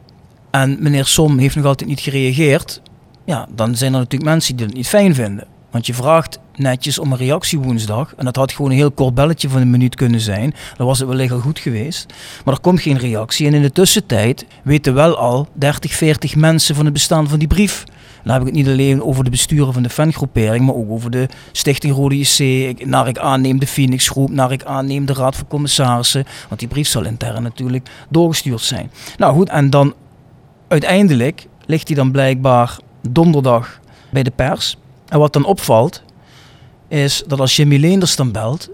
en meneer Som heeft nog altijd niet gereageerd, ja, dan zijn er natuurlijk mensen die het niet fijn vinden. Want je vraagt netjes om een reactie woensdag. En dat had gewoon een heel kort belletje van een minuut kunnen zijn. Dan was het wellicht al goed geweest. Maar er komt geen reactie. En in de tussentijd weten wel al dertig, veertig mensen van het bestaan van die brief. Dan heb ik het niet alleen over de besturen van de fangroepering, maar ook over de Stichting Rode J C, naar ik aanneem de Phoenix Groep, naar ik aanneem de Raad van Commissarissen. Want die brief zal intern natuurlijk doorgestuurd zijn. Nou goed, en dan uiteindelijk ligt die dan blijkbaar donderdag bij de pers. En wat dan opvalt, is dat als Jimmy Leenders dan belt,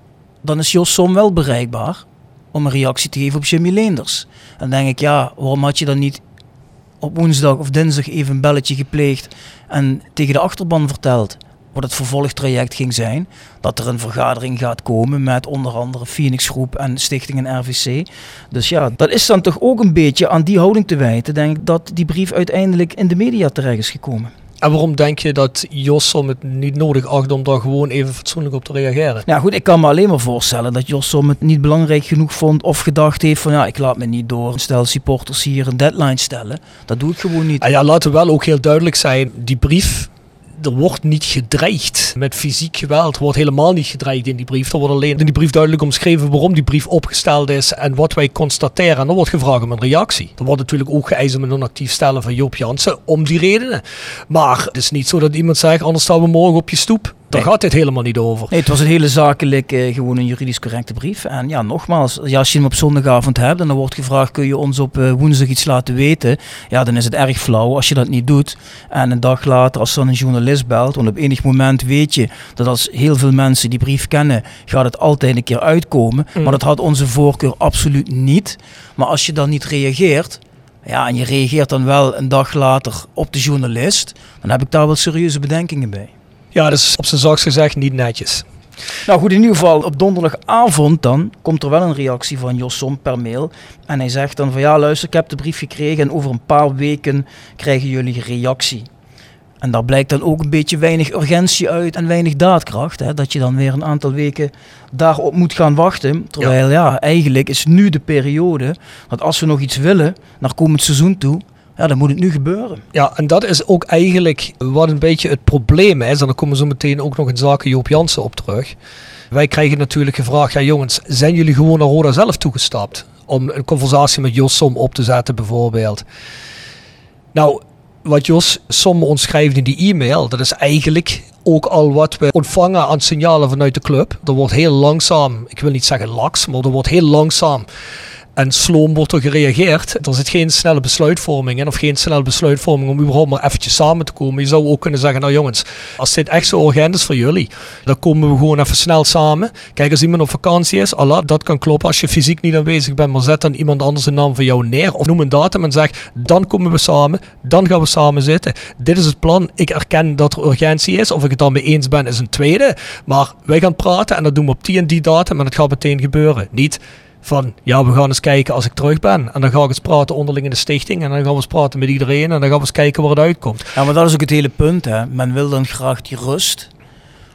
dan is Jos Som wel bereikbaar om een reactie te geven op Jimmy Leenders. En dan denk ik, ja, waarom had je dan niet op woensdag of dinsdag even een belletje gepleegd en tegen de achterban verteld wat het vervolgtraject ging zijn. Dat er een vergadering gaat komen met onder andere Phoenix Groep en Stichting en R V C. Dus ja, dat is dan toch ook een beetje aan die houding te wijten, denk ik, dat die brief uiteindelijk in de media terecht is gekomen.
En waarom denk je dat Jos Som het niet nodig acht om daar gewoon even fatsoenlijk op te reageren?
Nou goed, ik kan me alleen maar voorstellen dat Jos Som het niet belangrijk genoeg vond of gedacht heeft van ja, ik laat me niet door een stel supporters hier een deadline stellen. Dat doe ik gewoon niet.
En ja, laten we wel ook heel duidelijk zijn, die brief, er wordt niet gedreigd met fysiek geweld. Er wordt helemaal niet gedreigd in die brief. Er wordt alleen in die brief duidelijk omschreven waarom die brief opgesteld is en wat wij constateren. En dan wordt gevraagd om een reactie. Er wordt natuurlijk ook geëist om een non-actief stellen van Joop Jansen om die redenen. Maar het is niet zo dat iemand zegt, anders staan we morgen op je stoep. Daar nee. gaat dit helemaal niet over.
Nee, het was een hele zakelijk, eh, gewoon een juridisch correcte brief. En ja, nogmaals, ja, als je hem op zondagavond hebt en dan wordt gevraagd, kun je ons op uh, woensdag iets laten weten? Ja, dan is het erg flauw als je dat niet doet. En een dag later, als dan een journalist belt, want op enig moment weet je dat als heel veel mensen die brief kennen, gaat het altijd een keer uitkomen. Mm. Maar dat had onze voorkeur absoluut niet. Maar als je dan niet reageert, ja, en je reageert dan wel een dag later op de journalist, dan heb ik daar wel serieuze bedenkingen bij.
Ja, dat is op zijn zachtst gezegd niet netjes.
Nou goed, in ieder geval op donderdagavond dan komt er wel een reactie van Jos Som per mail. En hij zegt dan van ja, luister, ik heb de brief gekregen en over een paar weken krijgen jullie een reactie. En daar blijkt dan ook een beetje weinig urgentie uit en weinig daadkracht. Hè, dat je dan weer een aantal weken daarop moet gaan wachten. Terwijl ja, ja eigenlijk is nu de periode dat als we nog iets willen naar komend seizoen toe, ja, dan moet het nu gebeuren.
Ja, en dat is ook eigenlijk wat een beetje het probleem is. En dan komen we zo meteen ook nog in zaken Joop Jansen op terug. Wij krijgen natuurlijk gevraagd, ja jongens, zijn jullie gewoon naar Roda zelf toegestapt? Om een conversatie met Jos Som op te zetten bijvoorbeeld. Nou, wat Jos Som ons schrijft in die e-mail, dat is eigenlijk ook al wat we ontvangen aan signalen vanuit de club. Er wordt heel langzaam, ik wil niet zeggen laks, maar er wordt heel langzaam en sloom wordt er gereageerd. Er zit geen snelle besluitvorming in of geen snelle besluitvorming om überhaupt maar eventjes samen te komen. Je zou ook kunnen zeggen, nou jongens, als dit echt zo urgent is voor jullie, dan komen we gewoon even snel samen. Kijk, als iemand op vakantie is, Allah, dat kan kloppen als je fysiek niet aanwezig bent, maar zet dan iemand anders een naam van jou neer of noem een datum en zeg, dan komen we samen, dan gaan we samen zitten. Dit is het plan. Ik erken dat er urgentie is. Of ik het dan mee eens ben, is een tweede. Maar wij gaan praten en dat doen we op die en die datum en het gaat meteen gebeuren. Niet van, ja, we gaan eens kijken als ik terug ben. En dan ga ik eens praten onderling in de stichting. En dan gaan we eens praten met iedereen. En dan gaan we eens kijken waar het uitkomt.
Ja, maar dat is ook het hele punt, hè. Men wil dan graag die rust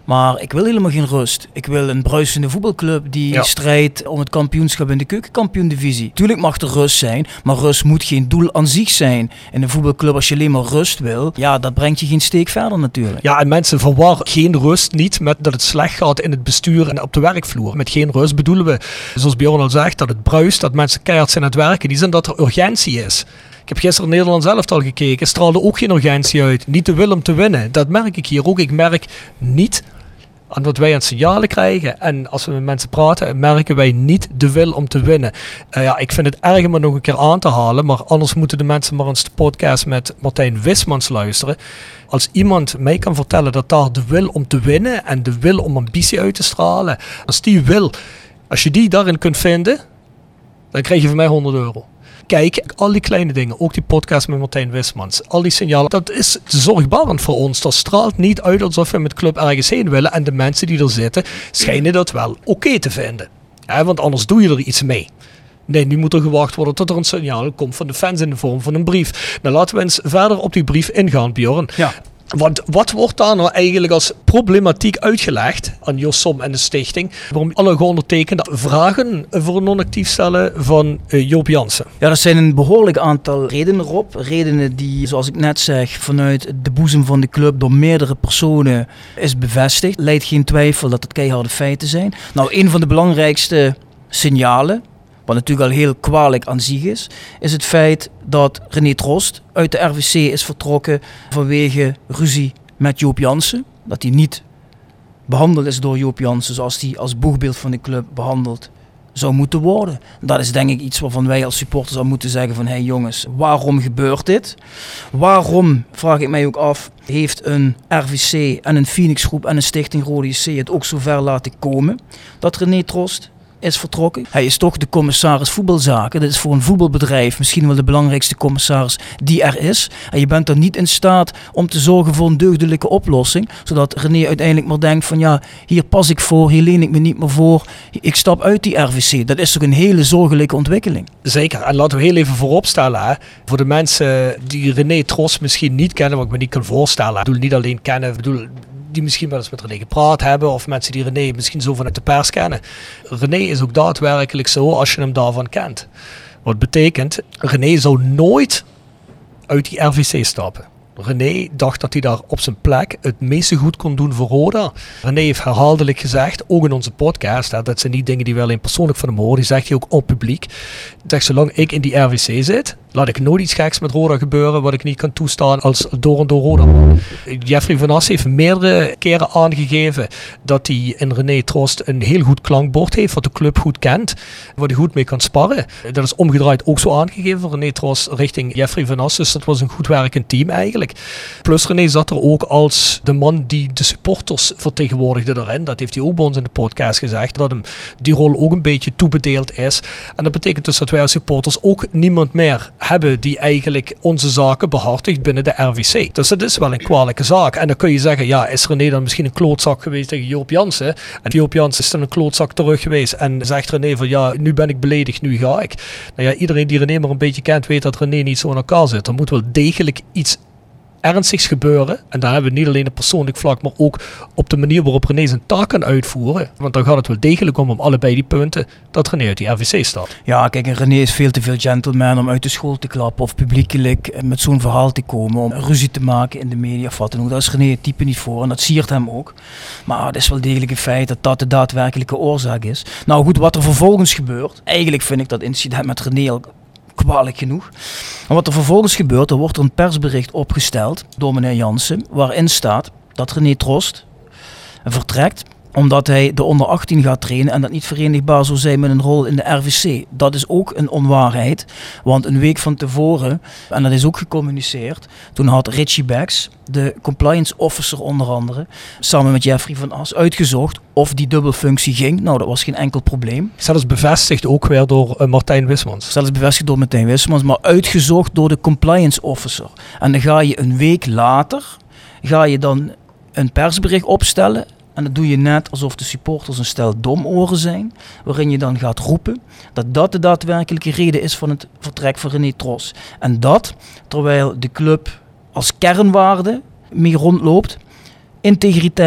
Maar ik wil helemaal geen rust. Ik wil een bruisende voetbalclub die ja. strijdt om het kampioenschap in de keukenkampioen-divisie. Tuurlijk mag er rust zijn, maar rust moet geen doel aan zich zijn. In een voetbalclub, als je alleen maar rust wil, ja, dat brengt je geen steek verder natuurlijk.
Ja, en mensen verwarren geen rust niet met dat het slecht gaat in het bestuur en op de werkvloer. Met geen rust bedoelen we, zoals Bjorn al zegt, dat het bruist, dat mensen keihard zijn aan het werken. Die zijn dat er urgentie is. Ik heb gisteren Nederland zelf al gekeken, straalde ook geen urgentie uit. Niet de wil om te winnen. Dat merk ik hier ook. Ik merk niet aan wat wij aan signalen krijgen. En als we met mensen praten, merken wij niet de wil om te winnen. Uh, ja, ik vind het erg om het nog een keer aan te halen. Maar anders moeten de mensen maar eens de podcast met Martijn Wismans luisteren. Als iemand mij kan vertellen dat daar de wil om te winnen en de wil om ambitie uit te stralen. Als die wil, als je die daarin kunt vinden, dan krijg je van mij honderd euro. Kijk, al die kleine dingen, ook die podcast met Martijn Wismans, al die signalen, dat is zorgbarend voor ons. Dat straalt niet uit alsof we met club ergens heen willen en de mensen die er zitten schijnen dat wel oké okay te vinden. Ja, want anders doe je er iets mee. Nee, nu moet er gewacht worden tot er een signaal komt van de fans in de vorm van een brief. Nou, laten we eens verder op die brief ingaan, Bjorn.
Ja.
Want wat wordt daar nou eigenlijk als problematiek uitgelegd aan Jos Som en de stichting? Waarom alle geondertekende vragen voor een non-actief stellen van uh, Joop Jansen?
Ja, er zijn een behoorlijk aantal redenen erop. Redenen die, zoals ik net zeg, vanuit de boezem van de club door meerdere personen is bevestigd. Leidt geen twijfel dat het keiharde feiten zijn. Nou, een van de belangrijkste signalen, wat natuurlijk al heel kwalijk aan zich is, is het feit dat René Trost uit de R V C is vertrokken vanwege ruzie met Joop Jansen. Dat hij niet behandeld is door Joop Jansen zoals hij als boegbeeld van de club behandeld zou moeten worden. Dat is denk ik iets waarvan wij als supporters al moeten zeggen van, hé hey jongens, waarom gebeurt dit? Waarom, vraag ik mij ook af, heeft een R V C en een Phoenix Groep en een Stichting Rode J C het ook zover laten komen dat René Trost is vertrokken. Hij is toch de commissaris voetbalzaken. Dat is voor een voetbalbedrijf misschien wel de belangrijkste commissaris die er is. En je bent dan niet in staat om te zorgen voor een deugdelijke oplossing. Zodat René uiteindelijk maar denkt van ja, hier pas ik voor, hier leen ik me niet meer voor. Ik stap uit die R V C. Dat is toch een hele zorgelijke ontwikkeling.
Zeker. En laten we heel even vooropstellen. Hè. Voor de mensen die René Trost misschien niet kennen, wat ik me niet kan voorstellen. Ik bedoel, niet alleen kennen, ik bedoel, die misschien wel eens met René gepraat hebben of mensen die René misschien zo vanuit de pers kennen. René is ook daadwerkelijk zo als je hem daarvan kent. Wat betekent, René zou nooit uit die R V C stappen. René dacht dat hij daar op zijn plek het meeste goed kon doen voor Roda. René heeft herhaaldelijk gezegd, ook in onze podcast, hè, dat zijn niet dingen die we alleen persoonlijk van hem horen, die zegt hij ook op publiek. Hij zegt, zolang ik in die R V C zit, laat ik nooit iets geks met Roda gebeuren wat ik niet kan toestaan als door en door Roda. Jeffrey van As heeft meerdere keren aangegeven dat hij in René Trost een heel goed klankbord heeft, wat de club goed kent, waar hij goed mee kan sparren. Dat is omgedraaid ook zo aangegeven van René Trost richting Jeffrey van As, dus dat was een goed werkend team eigenlijk. Plus René zat er ook als de man die de supporters vertegenwoordigde daarin. Dat heeft hij ook bij ons in de podcast gezegd, dat hem die rol ook een beetje toebedeeld is. En dat betekent dus dat wij als supporters ook niemand meer hebben die eigenlijk onze zaken behartigt binnen de R V C. Dus dat is wel een kwalijke zaak. En dan kun je zeggen, ja, is René dan misschien een klootzak geweest tegen Joop Jansen? En Joop Jansen is dan een klootzak terug geweest en zegt René van, ja, nu ben ik beledigd, nu ga ik. Nou ja, iedereen die René maar een beetje kent, weet dat René niet zo in elkaar zit. Er moet wel degelijk iets ernstigs gebeuren. En daar hebben we niet alleen op persoonlijk vlak, maar ook op de manier waarop René zijn taak kan uitvoeren. Want dan gaat het wel degelijk om, om allebei die punten, dat René uit die R V C staat.
Ja, kijk, en René is veel te veel gentleman om uit de school te klappen of publiekelijk met zo'n verhaal te komen, om ruzie te maken in de media of wat dan ook. Daar is René het type niet voor en dat siert hem ook. Maar het is wel degelijk een feit dat dat de daadwerkelijke oorzaak is. Nou goed, wat er vervolgens gebeurt, eigenlijk vind ik dat incident met René al kwalijk genoeg. En wat er vervolgens gebeurt, er wordt er een persbericht opgesteld door meneer Jansen, waarin staat dat René Trost vertrekt omdat hij de onder achttien gaat trainen en dat niet verenigbaar zou zijn met een rol in de R V C. Dat is ook een onwaarheid, want een week van tevoren, en dat is ook gecommuniceerd, toen had Richie Becks, de compliance officer onder andere, samen met Jeffrey van As uitgezocht of die dubbelfunctie ging. Nou, dat was geen enkel probleem.
Zelfs bevestigd ook weer door uh, Martijn Wismans.
Zelfs bevestigd door Martijn Wismans, maar uitgezocht door de compliance officer. En dan ga je een week later, ga je dan een persbericht opstellen. En dat doe je net alsof de supporters een stel domoren zijn, waarin je dan gaat roepen dat dat de daadwerkelijke reden is van het vertrek van René Trost. En dat, terwijl de club als kernwaarde mee rondloopt, integriteit,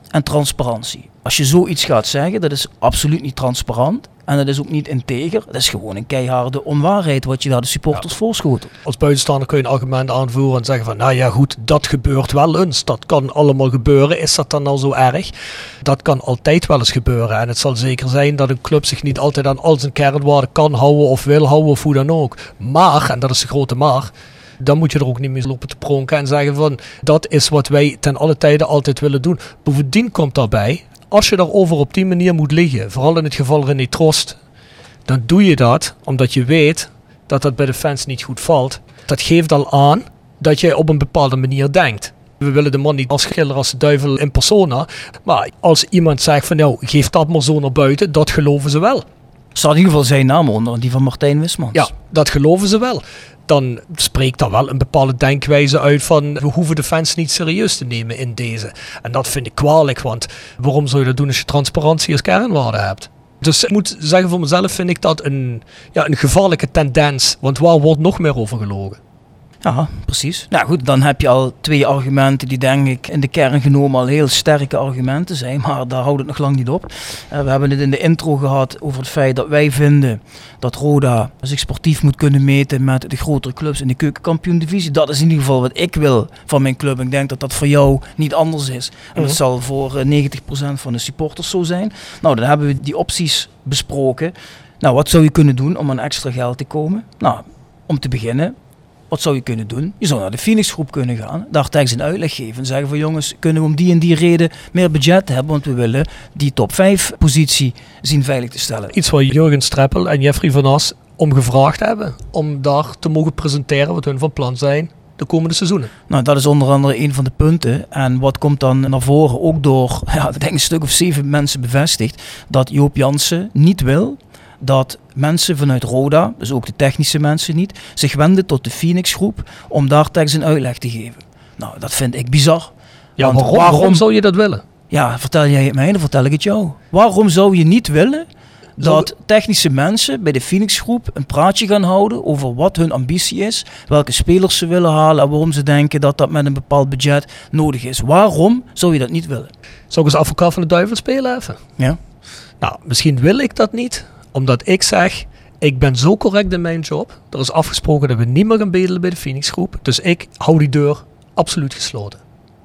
en transparantie. Als je zoiets gaat zeggen, dat is absoluut niet transparant. En dat is ook niet integer. Dat is gewoon een keiharde onwaarheid wat je daar de supporters ja. voorschotelt.
Als buitenstaander kun je een argument aanvoeren en zeggen van, nou ja goed, dat gebeurt wel eens. Dat kan allemaal gebeuren. Is dat dan nou zo erg? Dat kan altijd wel eens gebeuren. En het zal zeker zijn dat een club zich niet altijd aan al zijn kernwaarden kan houden of wil houden of hoe dan ook. Maar, en dat is de grote maar, dan moet je er ook niet mee lopen te pronken en zeggen van, dat is wat wij ten alle tijden altijd willen doen. Bovendien komt daarbij, als je daarover op die manier moet liggen, vooral in het geval René Trost, dan doe je dat omdat je weet dat dat bij de fans niet goed valt. Dat geeft al aan dat jij op een bepaalde manier denkt. We willen de man niet afschilderen als de duivel in persona, maar als iemand zegt van nou, geef dat maar zo naar buiten, dat geloven ze wel.
Er staat in ieder geval zijn naam onder, die van Martijn Wismans.
Ja, dat geloven ze wel. Dan spreekt daar wel een bepaalde denkwijze uit van we hoeven de fans niet serieus te nemen in deze. En dat vind ik kwalijk, want waarom zou je dat doen als je transparantie als kernwaarde hebt? Dus ik moet zeggen voor mezelf vind ik dat een, ja, een gevaarlijke tendens, want waar wordt nog meer over gelogen?
Ja, precies. Nou goed, dan heb je al twee argumenten die denk ik in de kern genomen al heel sterke argumenten zijn, maar daar houdt het nog lang niet op. Uh, we hebben het in de intro gehad over het feit dat wij vinden dat Roda zich sportief moet kunnen meten met de grotere clubs in de keukenkampioen-divisie. Dat is in ieder geval wat ik wil van mijn club. Ik denk dat dat voor jou niet anders is. En dat mm-hmm. zal voor uh, negentig procent van de supporters zo zijn. Nou, dan hebben we die opties besproken. Nou, wat zou je kunnen doen om aan extra geld te komen? Nou, om te beginnen, wat zou je kunnen doen? Je zou naar de Phoenix groep kunnen gaan, daar tekst een uitleg geven en zeggen van jongens, kunnen we om die en die reden meer budget hebben, want we willen die top vijf positie zien veilig te stellen.
Iets waar Jurgen Streppel en Jeffrey van As om gevraagd hebben, om daar te mogen presenteren wat hun van plan zijn de komende seizoenen.
Nou, dat is onder andere een van de punten. En wat komt dan naar voren, ook door, ja, ik denk een stuk of zeven mensen bevestigd, dat Joop Jansen niet wil dat mensen vanuit Roda, dus ook de technische mensen niet, zich wenden tot de Phoenix groep om daar tekst een uitleg te geven. Nou, dat vind ik bizar.
Ja, waarom, waarom, waarom zou je dat willen?
Ja, vertel jij het mij, dan vertel ik het jou. Waarom zou je niet willen dat technische mensen bij de Phoenix groep een praatje gaan houden over wat hun ambitie is, welke spelers ze willen halen en waarom ze denken dat dat met een bepaald budget nodig is? Waarom zou je dat niet willen?
Zou ik als advocaat van de duivel spelen even?
Ja.
Nou, misschien wil ik dat niet, omdat ik zeg, ik ben zo correct in mijn job. Er is afgesproken dat we niet meer gaan bedelen bij de Phoenix groep. Dus ik hou die deur absoluut gesloten.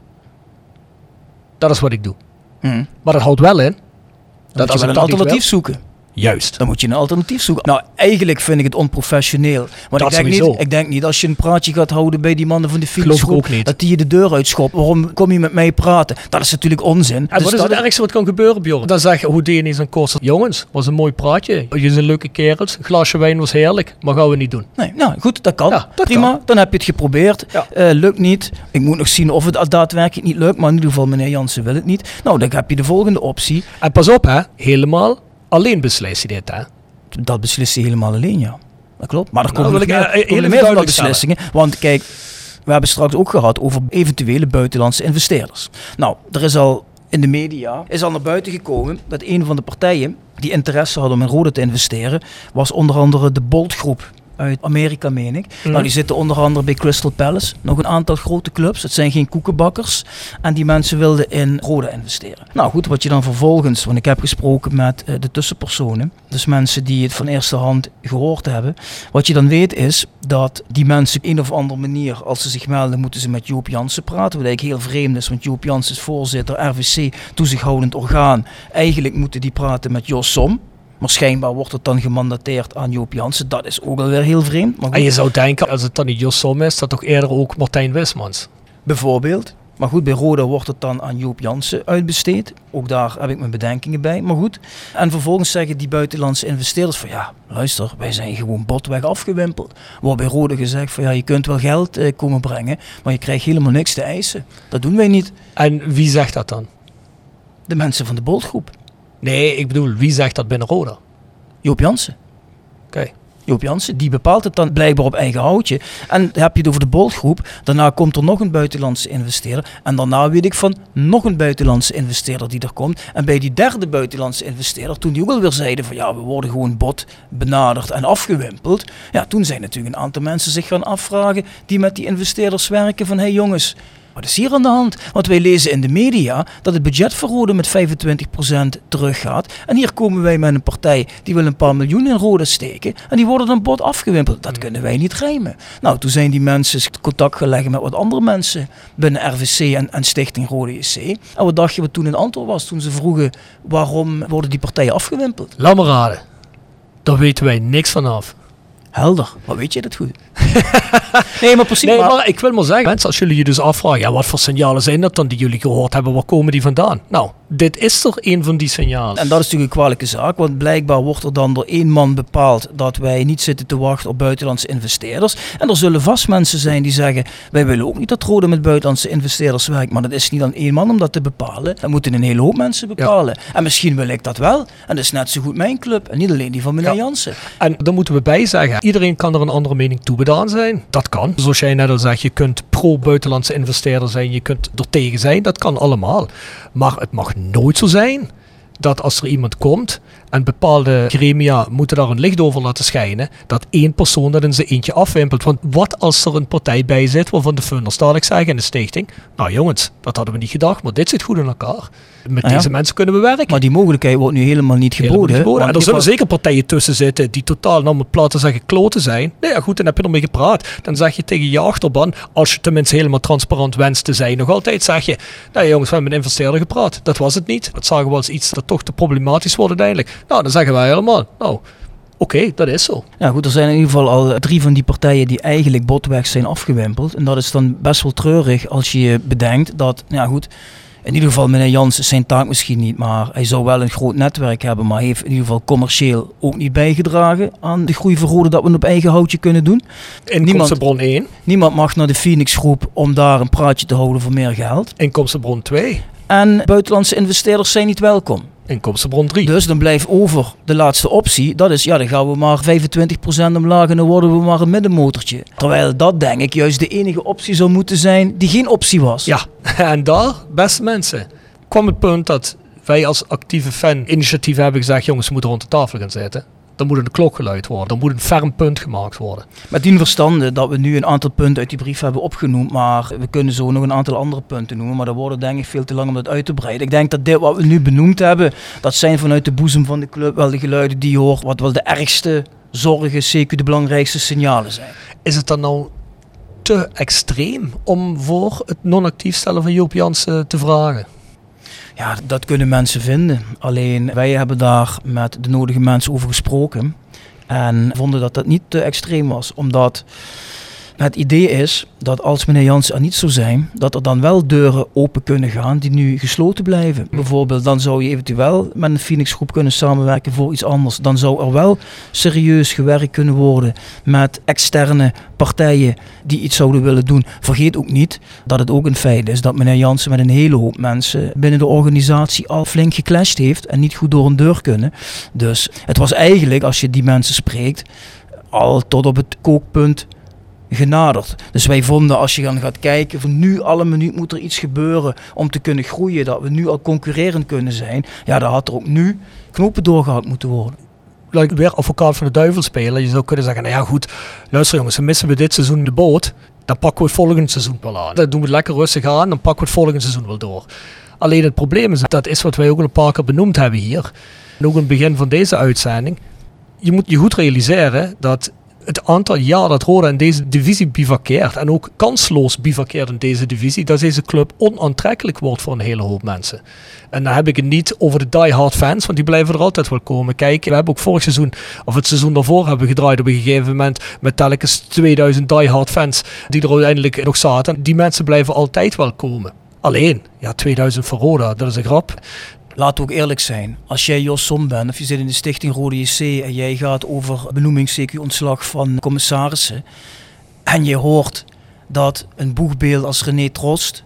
Dat is wat ik doe. Hmm. Maar dat houdt wel in.
Dat als je een alternatief zoeken.
Juist.
Dan moet je een alternatief zoeken. Nou, eigenlijk vind ik het onprofessioneel. Want ik denk, niet, ik denk niet als je een praatje gaat houden bij die mannen van de Phoenix groep, dat die je de deur uitschopt. Waarom kom je met mij praten? Dat is natuurlijk onzin.
En
dus
wat is het ergste wat kan gebeuren, Bjorn? Dan zeg je, hoe deed je niet zo'n kost? Jongens, was een mooi praatje. Je zijn leuke kerels. Een glaasje wijn was heerlijk. Maar gaan we niet doen.
Nee, nou goed, dat kan.
Ja, dat
Prima,
kan.
Dan heb je het geprobeerd. Ja. Uh, lukt niet. Ik moet nog zien of het daadwerkelijk niet lukt. Maar in ieder geval, meneer Jansen wil het niet. Nou, dan heb je de volgende optie.
En pas op, hè. Helemaal alleen beslis je dit, hè.
Dat beslist hij helemaal alleen, ja. Dat klopt. Maar er komen
nou,
nog meer, uh, meer van beslissingen. Want kijk, we hebben straks ook gehad over eventuele buitenlandse investeerders. Nou, er is al in de media, is al naar buiten gekomen dat een van de partijen die interesse hadden om in Roda te investeren, was onder andere de Bolt groep. Uit Amerika, meen ik. Mm. Nou, die zitten onder andere bij Crystal Palace. Nog een aantal grote clubs. Het zijn geen koekenbakkers. En die mensen wilden in Roda investeren. Nou goed, wat je dan vervolgens... Want ik heb gesproken met uh, de tussenpersonen. Dus mensen die het van eerste hand gehoord hebben. Wat je dan weet is dat die mensen op een of andere manier... als ze zich melden, moeten ze met Joop Jansen praten. Wat eigenlijk heel vreemd is. Want Joop Jansen is voorzitter R V C, toezichthoudend orgaan. Eigenlijk moeten die praten met Jos Som. Maar schijnbaar wordt het dan gemandateerd aan Joop Jansen. Dat is ook alweer heel vreemd. Maar
en je zou denken, als het dan niet Jos Som is, dat toch eerder ook Martijn Wismans?
Bijvoorbeeld. Maar goed, bij Roda wordt het dan aan Joop Jansen uitbesteed. Ook daar heb ik mijn bedenkingen bij. Maar goed. En vervolgens zeggen die buitenlandse investeerders van ja, luister, wij zijn gewoon botweg afgewimpeld. Wordt bij Roda gezegd van ja, je kunt wel geld eh, komen brengen, maar je krijgt helemaal niks te eisen. Dat doen wij niet.
En wie zegt dat dan?
De mensen van de Boltgroep.
Nee, ik bedoel, wie zegt dat binnen Roda?
Joop Jansen.
Oké. Okay.
Joop Jansen, die bepaalt het dan blijkbaar op eigen houtje. En dan heb je het over de Boltgroep. Daarna komt er nog een buitenlandse investeerder. En daarna weet ik van nog een buitenlandse investeerder die er komt. En bij die derde buitenlandse investeerder, toen die ook alweer zeiden van ja, we worden gewoon bot benaderd en afgewimpeld. Ja, toen zijn natuurlijk een aantal mensen zich gaan afvragen die met die investeerders werken van hé hey jongens, Wat is hier aan de hand? Want wij lezen in de media dat het budget voor Roda met vijfentwintig procent teruggaat. En hier komen wij met een partij die wil een paar miljoen in Roda steken. En die worden dan bot afgewimpeld. Dat kunnen wij niet rijmen. Nou, toen zijn die mensen contact gelegd met wat andere mensen binnen R V C en, en Stichting Roda J C. En wat dacht je wat toen een antwoord was? Toen ze vroegen waarom worden die partijen afgewimpeld?
Laat me raden. Daar weten wij niks vanaf.
Helder, wat weet je dat goed? nee, maar precies.
Nee,
maar...
maar ik wil maar zeggen, mensen, als jullie je dus afvragen, ja, wat voor signalen zijn dat dan die jullie gehoord hebben, waar komen die vandaan? Nou, dit is toch een van die signalen.
En dat is natuurlijk een kwalijke zaak, want blijkbaar wordt er dan door één man bepaald dat wij niet zitten te wachten op buitenlandse investeerders. En er zullen vast mensen zijn die zeggen, wij willen ook niet dat Roda met buitenlandse investeerders werkt, maar dat is niet aan één man om dat te bepalen. Dat moeten een hele hoop mensen bepalen. Ja. En misschien wil ik dat wel. En dat is net zo goed mijn club en niet alleen die van meneer ja. Jansen.
En daar moeten we bij zeggen, iedereen kan er een andere mening toe bedaan zijn. Dat kan. Zoals jij net al zegt, je kunt pro-buitenlandse investeerder zijn, je kunt er tegen zijn, dat kan allemaal. Maar het mag nooit zo zijn dat als er iemand komt en bepaalde gremia moeten daar een licht over laten schijnen, dat één persoon dat in zijn eentje afwimpelt. Want wat als er een partij bij zit waarvan de funders dadelijk zeggen in de stichting, nou jongens, dat hadden we niet gedacht, maar dit zit goed in elkaar. Met
nou ja.
deze mensen kunnen we werken.
Maar die mogelijkheid wordt nu helemaal niet geboden.
Helemaal niet geboden. En er zullen
was...
zeker partijen tussen zitten die totaal, nou met platen zeggen, kloten zijn. Nee, ja, goed, dan heb je ermee gepraat. Dan zeg je tegen je achterban, als je tenminste helemaal transparant wenst te zijn, nog altijd zeg je, nou jongens, we hebben met investeerder gepraat. Dat was het niet. Dat zagen we als iets dat toch te problematisch wordt uiteindelijk. Nou, dan zeggen wij helemaal, nou, oké, okay, dat is zo.
Ja goed, er zijn in ieder geval al drie van die partijen die eigenlijk botweg zijn afgewimpeld. En dat is dan best wel treurig als je bedenkt dat, ja goed, in ieder geval meneer Jansen zijn taak misschien niet, maar hij zou wel een groot netwerk hebben, maar heeft in ieder geval commercieel ook niet bijgedragen aan de groei van Roda dat we het op eigen houtje kunnen doen.
Inkomstenbron één.
Niemand mag naar de Phoenix groep om daar een praatje te houden voor meer geld.
Inkomstenbron twee.
En buitenlandse investeerders zijn niet welkom.
Inkomstenbron drie.
Dus dan blijft over de laatste optie. Dat is, ja, dan gaan we maar vijfentwintig procent omlaag en dan worden we maar een middenmotortje. Terwijl dat, denk ik, juist de enige optie zou moeten zijn die geen optie was.
Ja, en daar, beste mensen, kwam het punt dat wij als actieve fan initiatief hebben gezegd, jongens, we moeten rond de tafel gaan zitten. Dan moet een klok geluid worden. Dan moet een ferm punt gemaakt worden.
Met die verstande dat we nu een aantal punten uit die brief hebben opgenoemd. Maar we kunnen zo nog een aantal andere punten noemen. Maar dat wordt denk ik veel te lang om dat uit te breiden. Ik denk dat dit wat we nu benoemd hebben, dat zijn vanuit de boezem van de club wel de geluiden die je hoort. Wat wel de ergste zorgen, zeker de belangrijkste signalen zijn.
Is het dan nou te extreem om voor het non-actief stellen van Joop Jansen te vragen?
Ja, dat kunnen mensen vinden. Alleen wij hebben daar met de nodige mensen over gesproken. En vonden dat dat niet te extreem was. Omdat het idee is dat als meneer Jansen er niet zou zijn, dat er dan wel deuren open kunnen gaan die nu gesloten blijven. Bijvoorbeeld, dan zou je eventueel met een Phoenix groep kunnen samenwerken voor iets anders. Dan zou er wel serieus gewerkt kunnen worden met externe partijen die iets zouden willen doen. Vergeet ook niet dat het ook een feit is dat meneer Jansen met een hele hoop mensen binnen de organisatie al flink geclasht heeft en niet goed door een deur kunnen. Dus het was eigenlijk, als je die mensen spreekt, al tot op het kookpunt genaderd. Dus wij vonden, als je dan gaat kijken, van nu alle minuut moet er iets gebeuren om te kunnen groeien, dat we nu al concurrerend kunnen zijn. Ja, dan had er ook nu knopen doorgehakt moeten worden.
Laat ik weer advocaat van de duivel spelen. Je zou kunnen zeggen, nou ja goed, luister jongens, dan missen we dit seizoen de boot, dan pakken we het volgende seizoen wel aan. Dan doen we het lekker rustig aan, dan pakken we het volgende seizoen wel door. Alleen het probleem is, dat is wat wij ook al een paar keer benoemd hebben hier, en ook in het begin van deze uitzending. Je moet je goed realiseren dat het aantal jaar dat Roda in deze divisie bivakkeert en ook kansloos bivakkeert in deze divisie, dat deze club onaantrekkelijk wordt voor een hele hoop mensen. En dan heb ik het niet over de die-hard fans, want die blijven er altijd wel komen. Kijk, we hebben ook vorig seizoen, of het seizoen daarvoor hebben we gedraaid op een gegeven moment met telkens tweeduizend die-hard fans die er uiteindelijk nog zaten. Die mensen blijven altijd wel komen. Alleen, ja, tweeduizend voor Roda, dat is een grap.
Laten we ook eerlijk zijn. Als jij Jos Som bent of je zit in de stichting Roda J C en jij gaat over benoeming C Q-ontslag van commissarissen en je hoort dat een boegbeeld als René Trost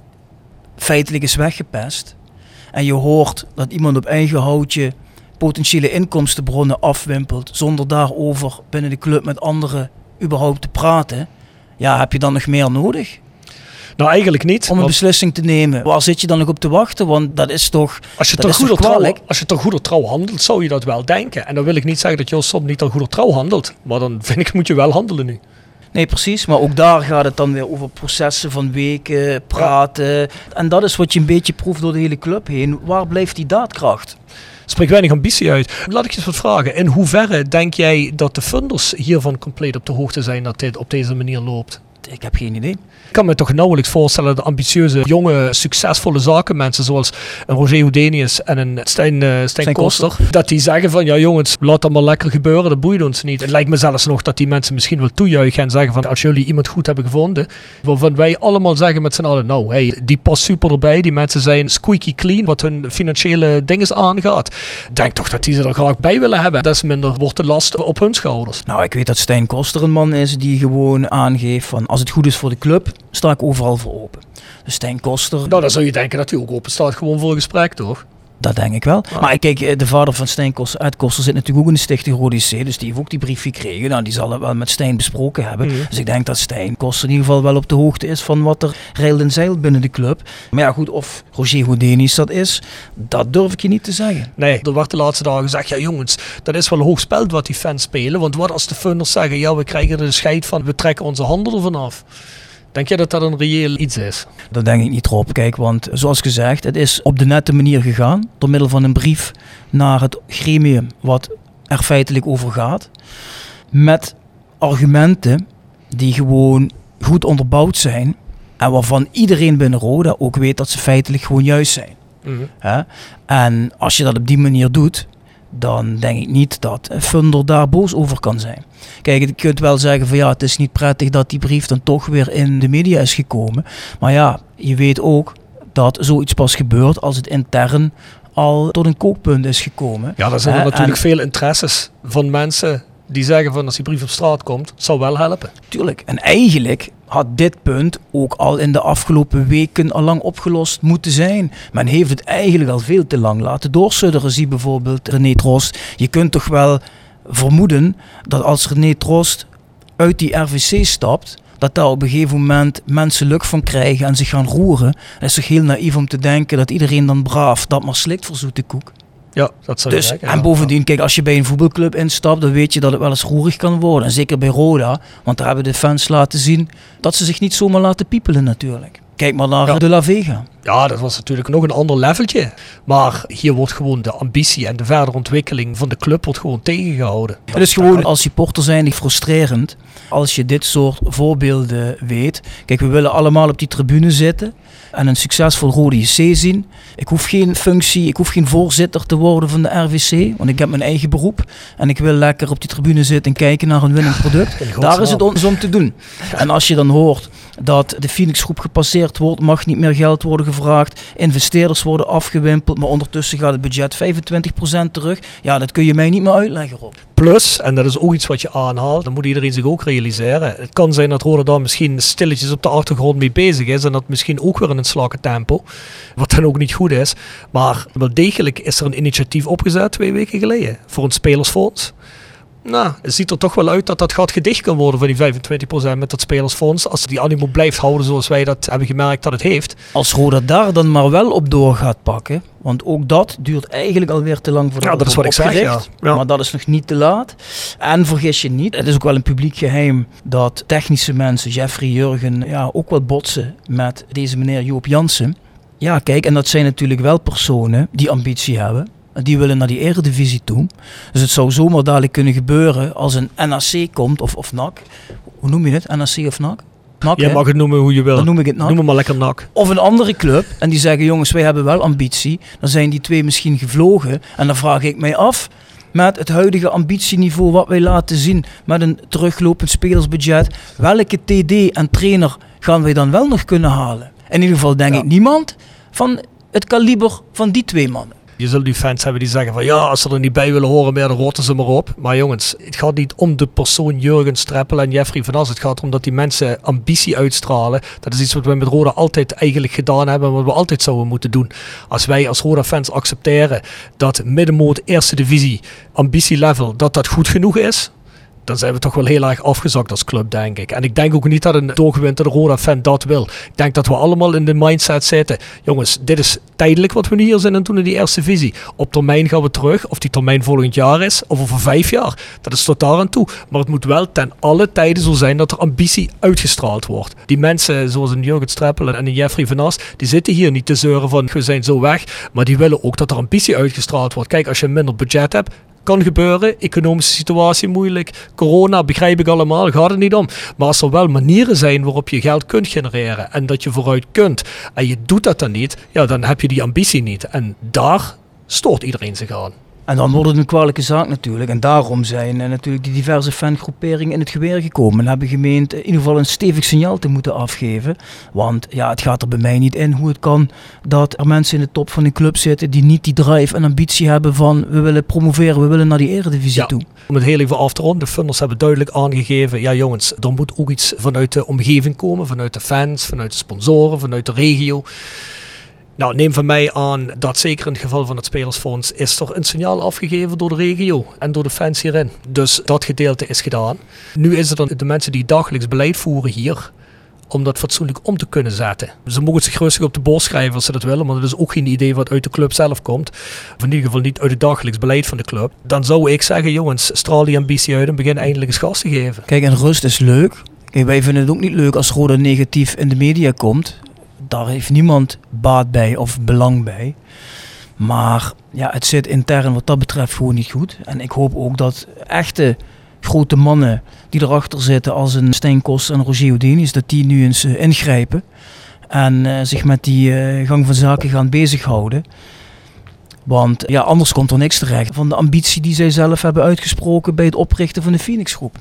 feitelijk is weggepest en je hoort dat iemand op eigen houtje potentiële inkomstenbronnen afwimpelt zonder daarover binnen de club met anderen überhaupt te praten, ja, heb je dan nog meer nodig?
Nou, eigenlijk niet.
Om een beslissing te nemen. Waar zit je dan nog op te wachten? Want dat is toch
Als je ter goeder trouw, als je ter goeder trouw handelt, zou je dat wel denken. En dan wil ik niet zeggen dat Jos Som niet ter goeder trouw handelt. Maar dan vind ik, moet je wel handelen nu.
Nee, precies. Maar ook daar gaat het dan weer over processen van weken, praten. Ja. En dat is wat je een beetje proeft door de hele club heen. Waar blijft die daadkracht?
Spreekt weinig ambitie uit. Laat ik je eens wat vragen. In hoeverre denk jij dat de funders hiervan compleet op de hoogte zijn dat dit op deze manier loopt?
Ik heb geen idee.
Ik kan me toch nauwelijks voorstellen dat ambitieuze, jonge, succesvolle zakenmensen zoals een Roger Houdinius en een Stijn, uh, Stijn, Stijn Koster, Koster, dat die zeggen van ja jongens, laat dat maar lekker gebeuren, dat boeit ons niet. Het lijkt me zelfs nog dat die mensen misschien wel toejuichen en zeggen van als jullie iemand goed hebben gevonden, waarvan wij allemaal zeggen met z'n allen, nou hey, die past super erbij, die mensen zijn squeaky clean wat hun financiële dingen aangaat. Denk toch dat die ze er graag bij willen hebben. Desminder wordt de last op hun schouders.
Nou, ik weet dat Stijn Koster een man is die gewoon aangeeft van als het goed is voor de club, sta ik overal voor open. Dus Stijn Koster...
Nou, dan zou je denken dat hij ook open staat gewoon voor een gesprek, toch?
Dat denk ik wel. Ah. Maar kijk, de vader van Stijn Koster, Ed Koster, zit natuurlijk ook in de stichting Rode C, dus die heeft ook die brief gekregen. Nou, die zal het wel met Stijn besproken hebben. Mm. Dus ik denk dat Stijn Koster in ieder geval wel op de hoogte is van wat er reilt en zeilt binnen de club. Maar ja, goed, of Roger Houdinius dat is, dat durf ik je niet te zeggen.
Nee, er werd de laatste dagen gezegd, ja jongens, dat is wel hoog spel wat die fans spelen. Want wat als de funders zeggen, ja, we krijgen er de scheid van, we trekken onze handen ervan af. Denk je dat dat een reëel iets is?
Dat denk ik niet, Rob. Kijk, want zoals gezegd, het is op de nette manier gegaan. Door middel van een brief naar het gremium wat er feitelijk over gaat. Met argumenten die gewoon goed onderbouwd zijn. En waarvan iedereen binnen Roda ook weet dat ze feitelijk gewoon juist zijn. Mm-hmm. Hè? En als je dat op die manier doet, dan denk ik niet dat een funder daar boos over kan zijn. Kijk, je kunt wel zeggen van ja, het is niet prettig dat die brief dan toch weer in de media is gekomen. Maar ja, je weet ook dat zoiets pas gebeurt als het intern al tot een kookpunt is gekomen.
Ja, er zijn er natuurlijk en, veel interesses van mensen die zeggen van als die brief op straat komt, het zou wel helpen.
Tuurlijk. En eigenlijk had dit punt ook al in de afgelopen weken al lang opgelost moeten zijn. Men heeft het eigenlijk al veel te lang laten doorsudderen. Zie bijvoorbeeld René Trost. Je kunt toch wel vermoeden dat als René Trost uit die R V C stapt, dat daar op een gegeven moment mensen luk van krijgen en zich gaan roeren. Het is toch heel naïef om te denken dat iedereen dan braaf dat maar slikt voor zoete koek.
Ja, dat zou
dus,
zeggen,
en
ja.
bovendien, kijk, als je bij een voetbalclub instapt, dan weet je dat het wel eens roerig kan worden. En zeker bij Roda, want daar hebben de fans laten zien dat ze zich niet zomaar laten piepelen natuurlijk. Kijk maar naar ja. de La Vega.
Ja, dat was natuurlijk nog een ander leveltje. Maar hier wordt gewoon de ambitie en de verdere ontwikkeling van de club wordt gewoon tegengehouden.
Het is gewoon als supporter zijn die frustrerend als je dit soort voorbeelden weet. Kijk, we willen allemaal op die tribune zitten en een succesvol Rode J C zien. Ik hoef geen functie, ik hoef geen voorzitter te worden van de R V C, want ik heb mijn eigen beroep. En ik wil lekker op die tribune zitten en kijken naar een winnend product. Ja, daar is het ons om te doen. En als je dan hoort dat de Phoenix groep gepasseerd wordt, mag niet meer geld worden gevraagd, investeerders worden afgewimpeld, maar ondertussen gaat het budget vijfentwintig procent terug. Ja, dat kun je mij niet meer uitleggen, Rob.
Plus, en dat is ook iets wat je aanhaalt, dan moet iedereen zich ook realiseren. Het kan zijn dat Roda daar misschien stilletjes op de achtergrond mee bezig is en dat misschien ook weer in een slakke tempo, wat dan ook niet goed is. Maar wel degelijk is er een initiatief opgezet twee weken geleden voor een spelersfonds. Nou, het ziet er toch wel uit dat dat gat gedicht kan worden van die vijfentwintig procent met dat spelersfonds. Als die animo blijft houden zoals wij dat hebben gemerkt dat het heeft.
Als Roda daar dan maar wel op door gaat pakken. Want ook dat duurt eigenlijk alweer te lang voor de
Ja, dat is wat ik zeg, ja. Ja.
Maar dat is nog niet te laat. En vergis je niet, het is ook wel een publiek geheim dat technische mensen, Jeffrey, Jurgen, ja, ook wel botsen met deze meneer Joop Jansen. Ja, kijk, en dat zijn natuurlijk wel personen die ambitie hebben. Die willen naar die eredivisie toe. Dus het zou zomaar dadelijk kunnen gebeuren als een N A C komt, of, of N A C. Hoe noem je het? N A C of N A C? N A C,
je
hè?
mag het noemen hoe je wil.
Dan noem ik het N A C.
Noem het maar lekker N A C.
Of een andere club en die zeggen, jongens, wij hebben wel ambitie. Dan zijn die twee misschien gevlogen. En dan vraag ik mij af, met het huidige ambitieniveau wat wij laten zien, met een teruglopend spelersbudget, welke T D en trainer gaan wij dan wel nog kunnen halen? In ieder geval denk ja. ik niemand van het kaliber van die twee mannen.
Je zult die fans hebben die zeggen van ja, als ze er niet bij willen horen meer, dan rotten ze maar op. Maar jongens, het gaat niet om de persoon Jurgen Streppel en Jeffrey van As. Het gaat erom dat die mensen ambitie uitstralen. Dat is iets wat we met Roda altijd eigenlijk gedaan hebben en wat we altijd zouden moeten doen. Als wij als Roda fans accepteren dat middenmoot eerste divisie ambitielevel, dat dat goed genoeg is, dan zijn we toch wel heel erg afgezakt als club, denk ik. En ik denk ook niet dat een doorgewinterde Roda-fan dat wil. Ik denk dat we allemaal in de mindset zitten. Jongens, dit is tijdelijk wat we nu hier zijn en doen in die eerste divisie. Op termijn gaan we terug. Of die termijn volgend jaar is, of over vijf jaar. Dat is tot daar aan toe. Maar het moet wel ten alle tijden zo zijn dat er ambitie uitgestraald wordt. Die mensen, zoals een Jurgen Streppel en een Jeffrey van As, die zitten hier niet te zeuren van we zijn zo weg. Maar die willen ook dat er ambitie uitgestraald wordt. Kijk, als je minder budget hebt, kan gebeuren, economische situatie moeilijk, corona, begrijp ik allemaal, gaat het niet om. Maar als er wel manieren zijn waarop je geld kunt genereren en dat je vooruit kunt en je doet dat dan niet, ja, dan heb je die ambitie niet. En daar stoort iedereen zich aan.
En dan wordt het een kwalijke zaak natuurlijk. En daarom zijn uh, natuurlijk die diverse fangroeperingen in het geweer gekomen. En hebben gemeend in ieder geval een stevig signaal te moeten afgeven. Want ja, het gaat er bij mij niet in hoe het kan dat er mensen in de top van een club zitten die niet die drive en ambitie hebben van we willen promoveren, we willen naar die eredivisie
ja,
toe.
Om het heel even af te ronden, de funders hebben duidelijk aangegeven, ja jongens, er moet ook iets vanuit de omgeving komen, vanuit de fans, vanuit de sponsoren, vanuit de regio. Nou, neem van mij aan dat zeker in het geval van het Spelersfonds is er een signaal afgegeven door de regio en door de fans hierin. Dus dat gedeelte is gedaan. Nu is het dan de mensen die dagelijks beleid voeren hier, om dat fatsoenlijk om te kunnen zetten. Ze mogen zich rustig op de borst schrijven als ze dat willen, maar dat is ook geen idee wat uit de club zelf komt. Of in ieder geval niet uit het dagelijks beleid van de club. Dan zou ik zeggen, jongens, straal die ambitie uit en begin eindelijk eens gas te geven.
Kijk, en rust is leuk. Kijk, wij vinden het ook niet leuk als Roda negatief in de media komt. Daar heeft niemand baat bij of belang bij. Maar ja, het zit intern wat dat betreft gewoon niet goed. En ik hoop ook dat echte grote mannen die erachter zitten als een Stijn Kos en Roger Odenis, dat die nu eens uh, ingrijpen. En uh, zich met die uh, gang van zaken gaan bezighouden. Want ja, anders komt er niks terecht van de ambitie die zij zelf hebben uitgesproken bij het oprichten van de Phoenix Groep.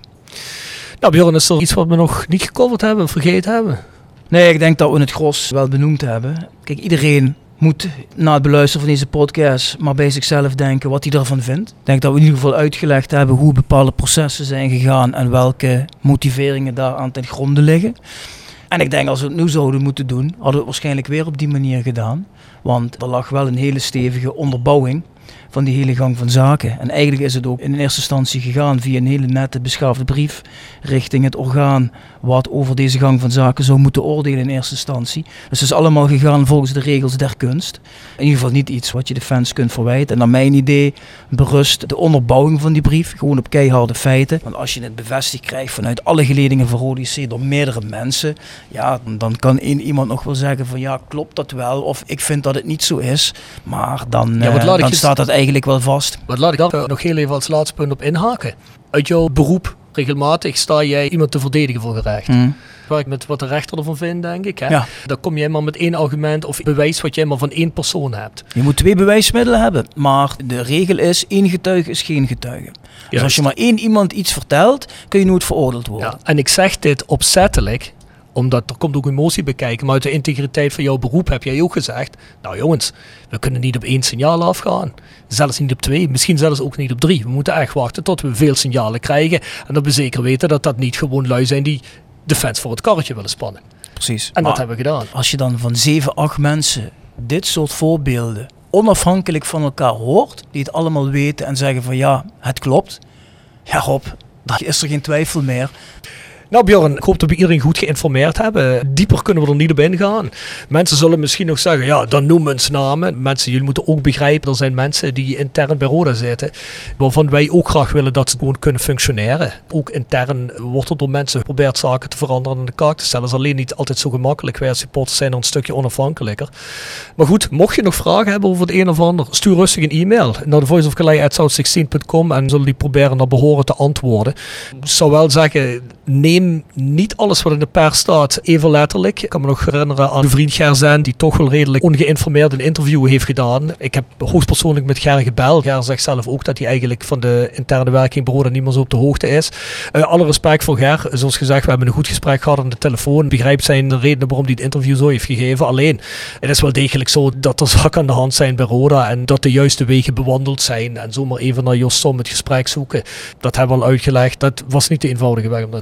Nou Björn, is er iets wat we nog niet gecoverd hebben, vergeten hebben?
Nee, ik denk dat we het gros wel benoemd hebben. Kijk, iedereen moet na het beluisteren van deze podcast maar bij zichzelf denken wat hij ervan vindt. Ik denk dat we in ieder geval uitgelegd hebben hoe bepaalde processen zijn gegaan en welke motiveringen daar aan ten gronde liggen. En ik denk als we het nu zouden moeten doen, hadden we het waarschijnlijk weer op die manier gedaan. Want er lag wel een hele stevige onderbouwing van die hele gang van zaken. En eigenlijk is het ook in eerste instantie gegaan via een hele nette beschaafde brief richting het orgaan wat over deze gang van zaken zou moeten oordelen in eerste instantie. Dus het is allemaal gegaan volgens de regels der kunst. In ieder geval niet iets wat je de fans kunt verwijten. En naar mijn idee berust de onderbouwing van die brief gewoon op keiharde feiten. Want als je het bevestigd krijgt vanuit alle geledingen van Roda J C door meerdere mensen, ja, dan kan één iemand nog wel zeggen van ja, klopt dat wel? Of ik vind dat het niet zo is. Maar dan, ja, uh, dan staat dat eigenlijk wel vast.
Wat laat ik daar uh, nog heel even als laatste punt op inhaken. Uit jouw beroep regelmatig sta jij iemand te verdedigen voor gerecht. Mm. Waar ik met wat de rechter ervan vindt, denk ik. Hè? Ja. Dan kom jij maar met één argument of bewijs wat jij maar van één persoon hebt.
Je moet twee bewijsmiddelen hebben, maar de regel is één getuige is geen getuige. Dus Juist. Als je maar één iemand iets vertelt, kun je nooit veroordeeld worden.
Ja, en ik zeg dit opzettelijk, omdat er komt ook emotie bij kijken, maar uit de integriteit van jouw beroep heb jij ook gezegd, nou jongens, we kunnen niet op één signaal afgaan. Zelfs niet op twee, misschien zelfs ook niet op drie. We moeten echt wachten tot we veel signalen krijgen en dat we zeker weten dat dat niet gewoon lui zijn die de fans voor het karretje willen spannen.
Precies.
En maar dat hebben we gedaan.
Als je dan van zeven, acht mensen dit soort voorbeelden onafhankelijk van elkaar hoort, die het allemaal weten en zeggen van ja, het klopt. Ja Rob, dan is er geen twijfel meer.
Nou Björn, ik hoop dat we iedereen goed geïnformeerd hebben. Dieper kunnen we er niet op ingaan. Mensen zullen misschien nog zeggen, ja, dan noemen ze namen. Mensen, jullie moeten ook begrijpen, er zijn mensen die intern bij Roda zitten, waarvan wij ook graag willen dat ze gewoon kunnen functioneren. Ook intern wordt er door mensen geprobeerd zaken te veranderen en de kaak te stellen. Dat is alleen niet altijd zo gemakkelijk. Wij als supporters zijn er een stukje onafhankelijker. Maar goed, mocht je nog vragen hebben over het een of ander, stuur rustig een e-mail naar de voice of calais at south sixteen dot com en zullen die proberen naar behoren te antwoorden. Ik zou wel zeggen, neem niet alles wat in de pers staat even letterlijk. Ik kan me nog herinneren aan de vriend Gerzen die toch wel redelijk ongeïnformeerd een interview heeft gedaan. Ik heb hoogstpersoonlijk met Ger gebeld. Ger zegt zelf ook dat hij eigenlijk van de interne werking bij Roda niet meer zo op de hoogte is. Uh, alle respect voor Ger. Zoals gezegd, we hebben een goed gesprek gehad aan de telefoon. Begrijpt zijn de redenen waarom hij het interview zo heeft gegeven. Alleen, het is wel degelijk zo dat er zaken aan de hand zijn bij Roda en dat de juiste wegen bewandeld zijn. En zomaar even naar Jos Som het gesprek zoeken. Dat hebben we al uitgelegd. Dat was niet de eenvoudige weg. Om dat...
Nee, het was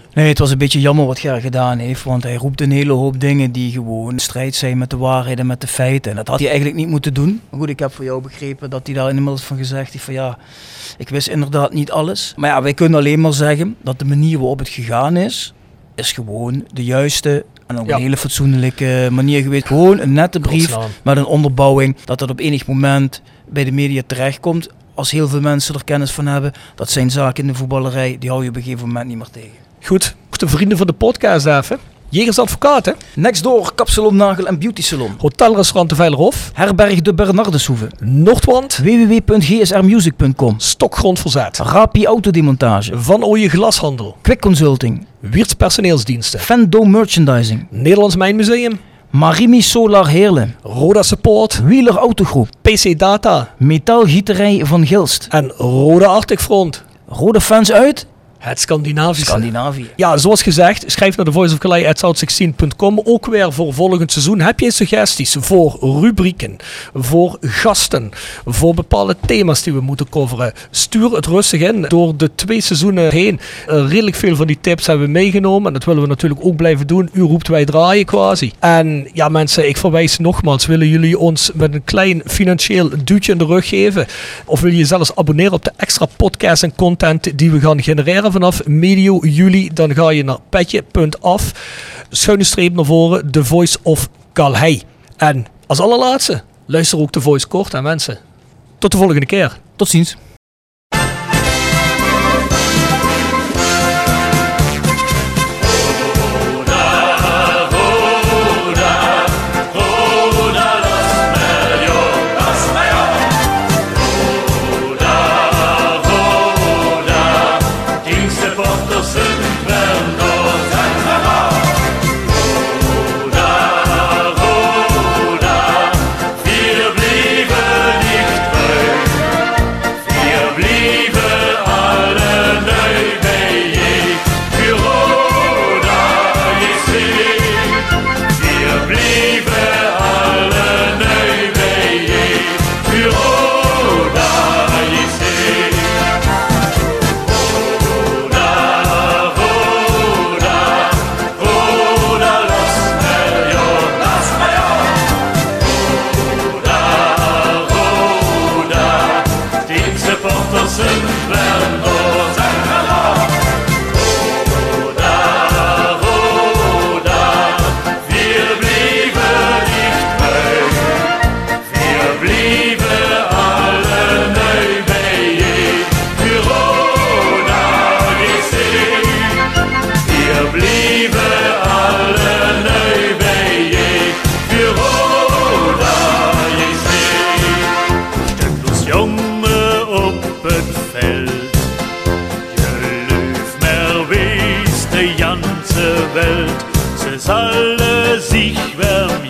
was een beetje jammer wat Ger gedaan heeft, want hij roept een hele hoop dingen die gewoon in strijd zijn met de waarheid en met de feiten. En dat had hij eigenlijk niet moeten doen. Maar goed, ik heb voor jou begrepen dat hij daar inmiddels van gezegd heeft van ja, ik wist inderdaad niet alles. Maar ja, wij kunnen alleen maar zeggen dat de manier waarop het gegaan is, is gewoon de juiste en ook ja. een hele fatsoenlijke manier geweest. Gewoon een nette brief met een onderbouwing, dat dat op enig moment bij de media terechtkomt. Als heel veel mensen er kennis van hebben, dat zijn zaken in de voetballerij, die hou je op een gegeven moment niet meer tegen.
Goed, de vrienden van de podcast even. Jegers Advocaat, hè?
Next door, Kapsalon, Nagel en Beauty Salon.
Hotelrestaurant de Veilerhof.
Herberg de Bernardeshoeve.
Noordwand.
w w w punt g s r music punt com.
Stokgrondverzet.
Rapi Autodemontage.
Van Ooyen Glashandel.
Quick Consulting.
Wiertz Personeelsdiensten.
Fendo Merchandising.
Nederlands Mijnmuseum.
Marimi Solar Heerlen.
Roda Support.
Wieler Autogroep.
P C Data.
Metaalgieterij van Gilst.
En Roda Arctic Front.
Rode fans uit...
Het Scandinavische.
Scandinavië.
Ja, zoals gezegd, schrijf naar de voice of calais at south sixteen punt com. Ook weer voor volgend seizoen. Heb je suggesties voor rubrieken, voor gasten, voor bepaalde thema's die we moeten coveren? Stuur het rustig in. Door de twee seizoenen heen, uh, redelijk veel van die tips hebben we meegenomen. En dat willen we natuurlijk ook blijven doen. U roept, wij draaien quasi. En ja mensen, ik verwijs nogmaals. Willen jullie ons met een klein financieel duwtje in de rug geven? Of wil je zelfs abonneren op de extra podcasts en content die we gaan genereren vanaf medio juli? Dan ga je naar petje punt af, schuine streep naar voren, The Voice of Calais. En als allerlaatste, luister ook The Voice kort aan mensen. Tot de volgende keer.
Tot ziens.
Welt, ze zullen zich warm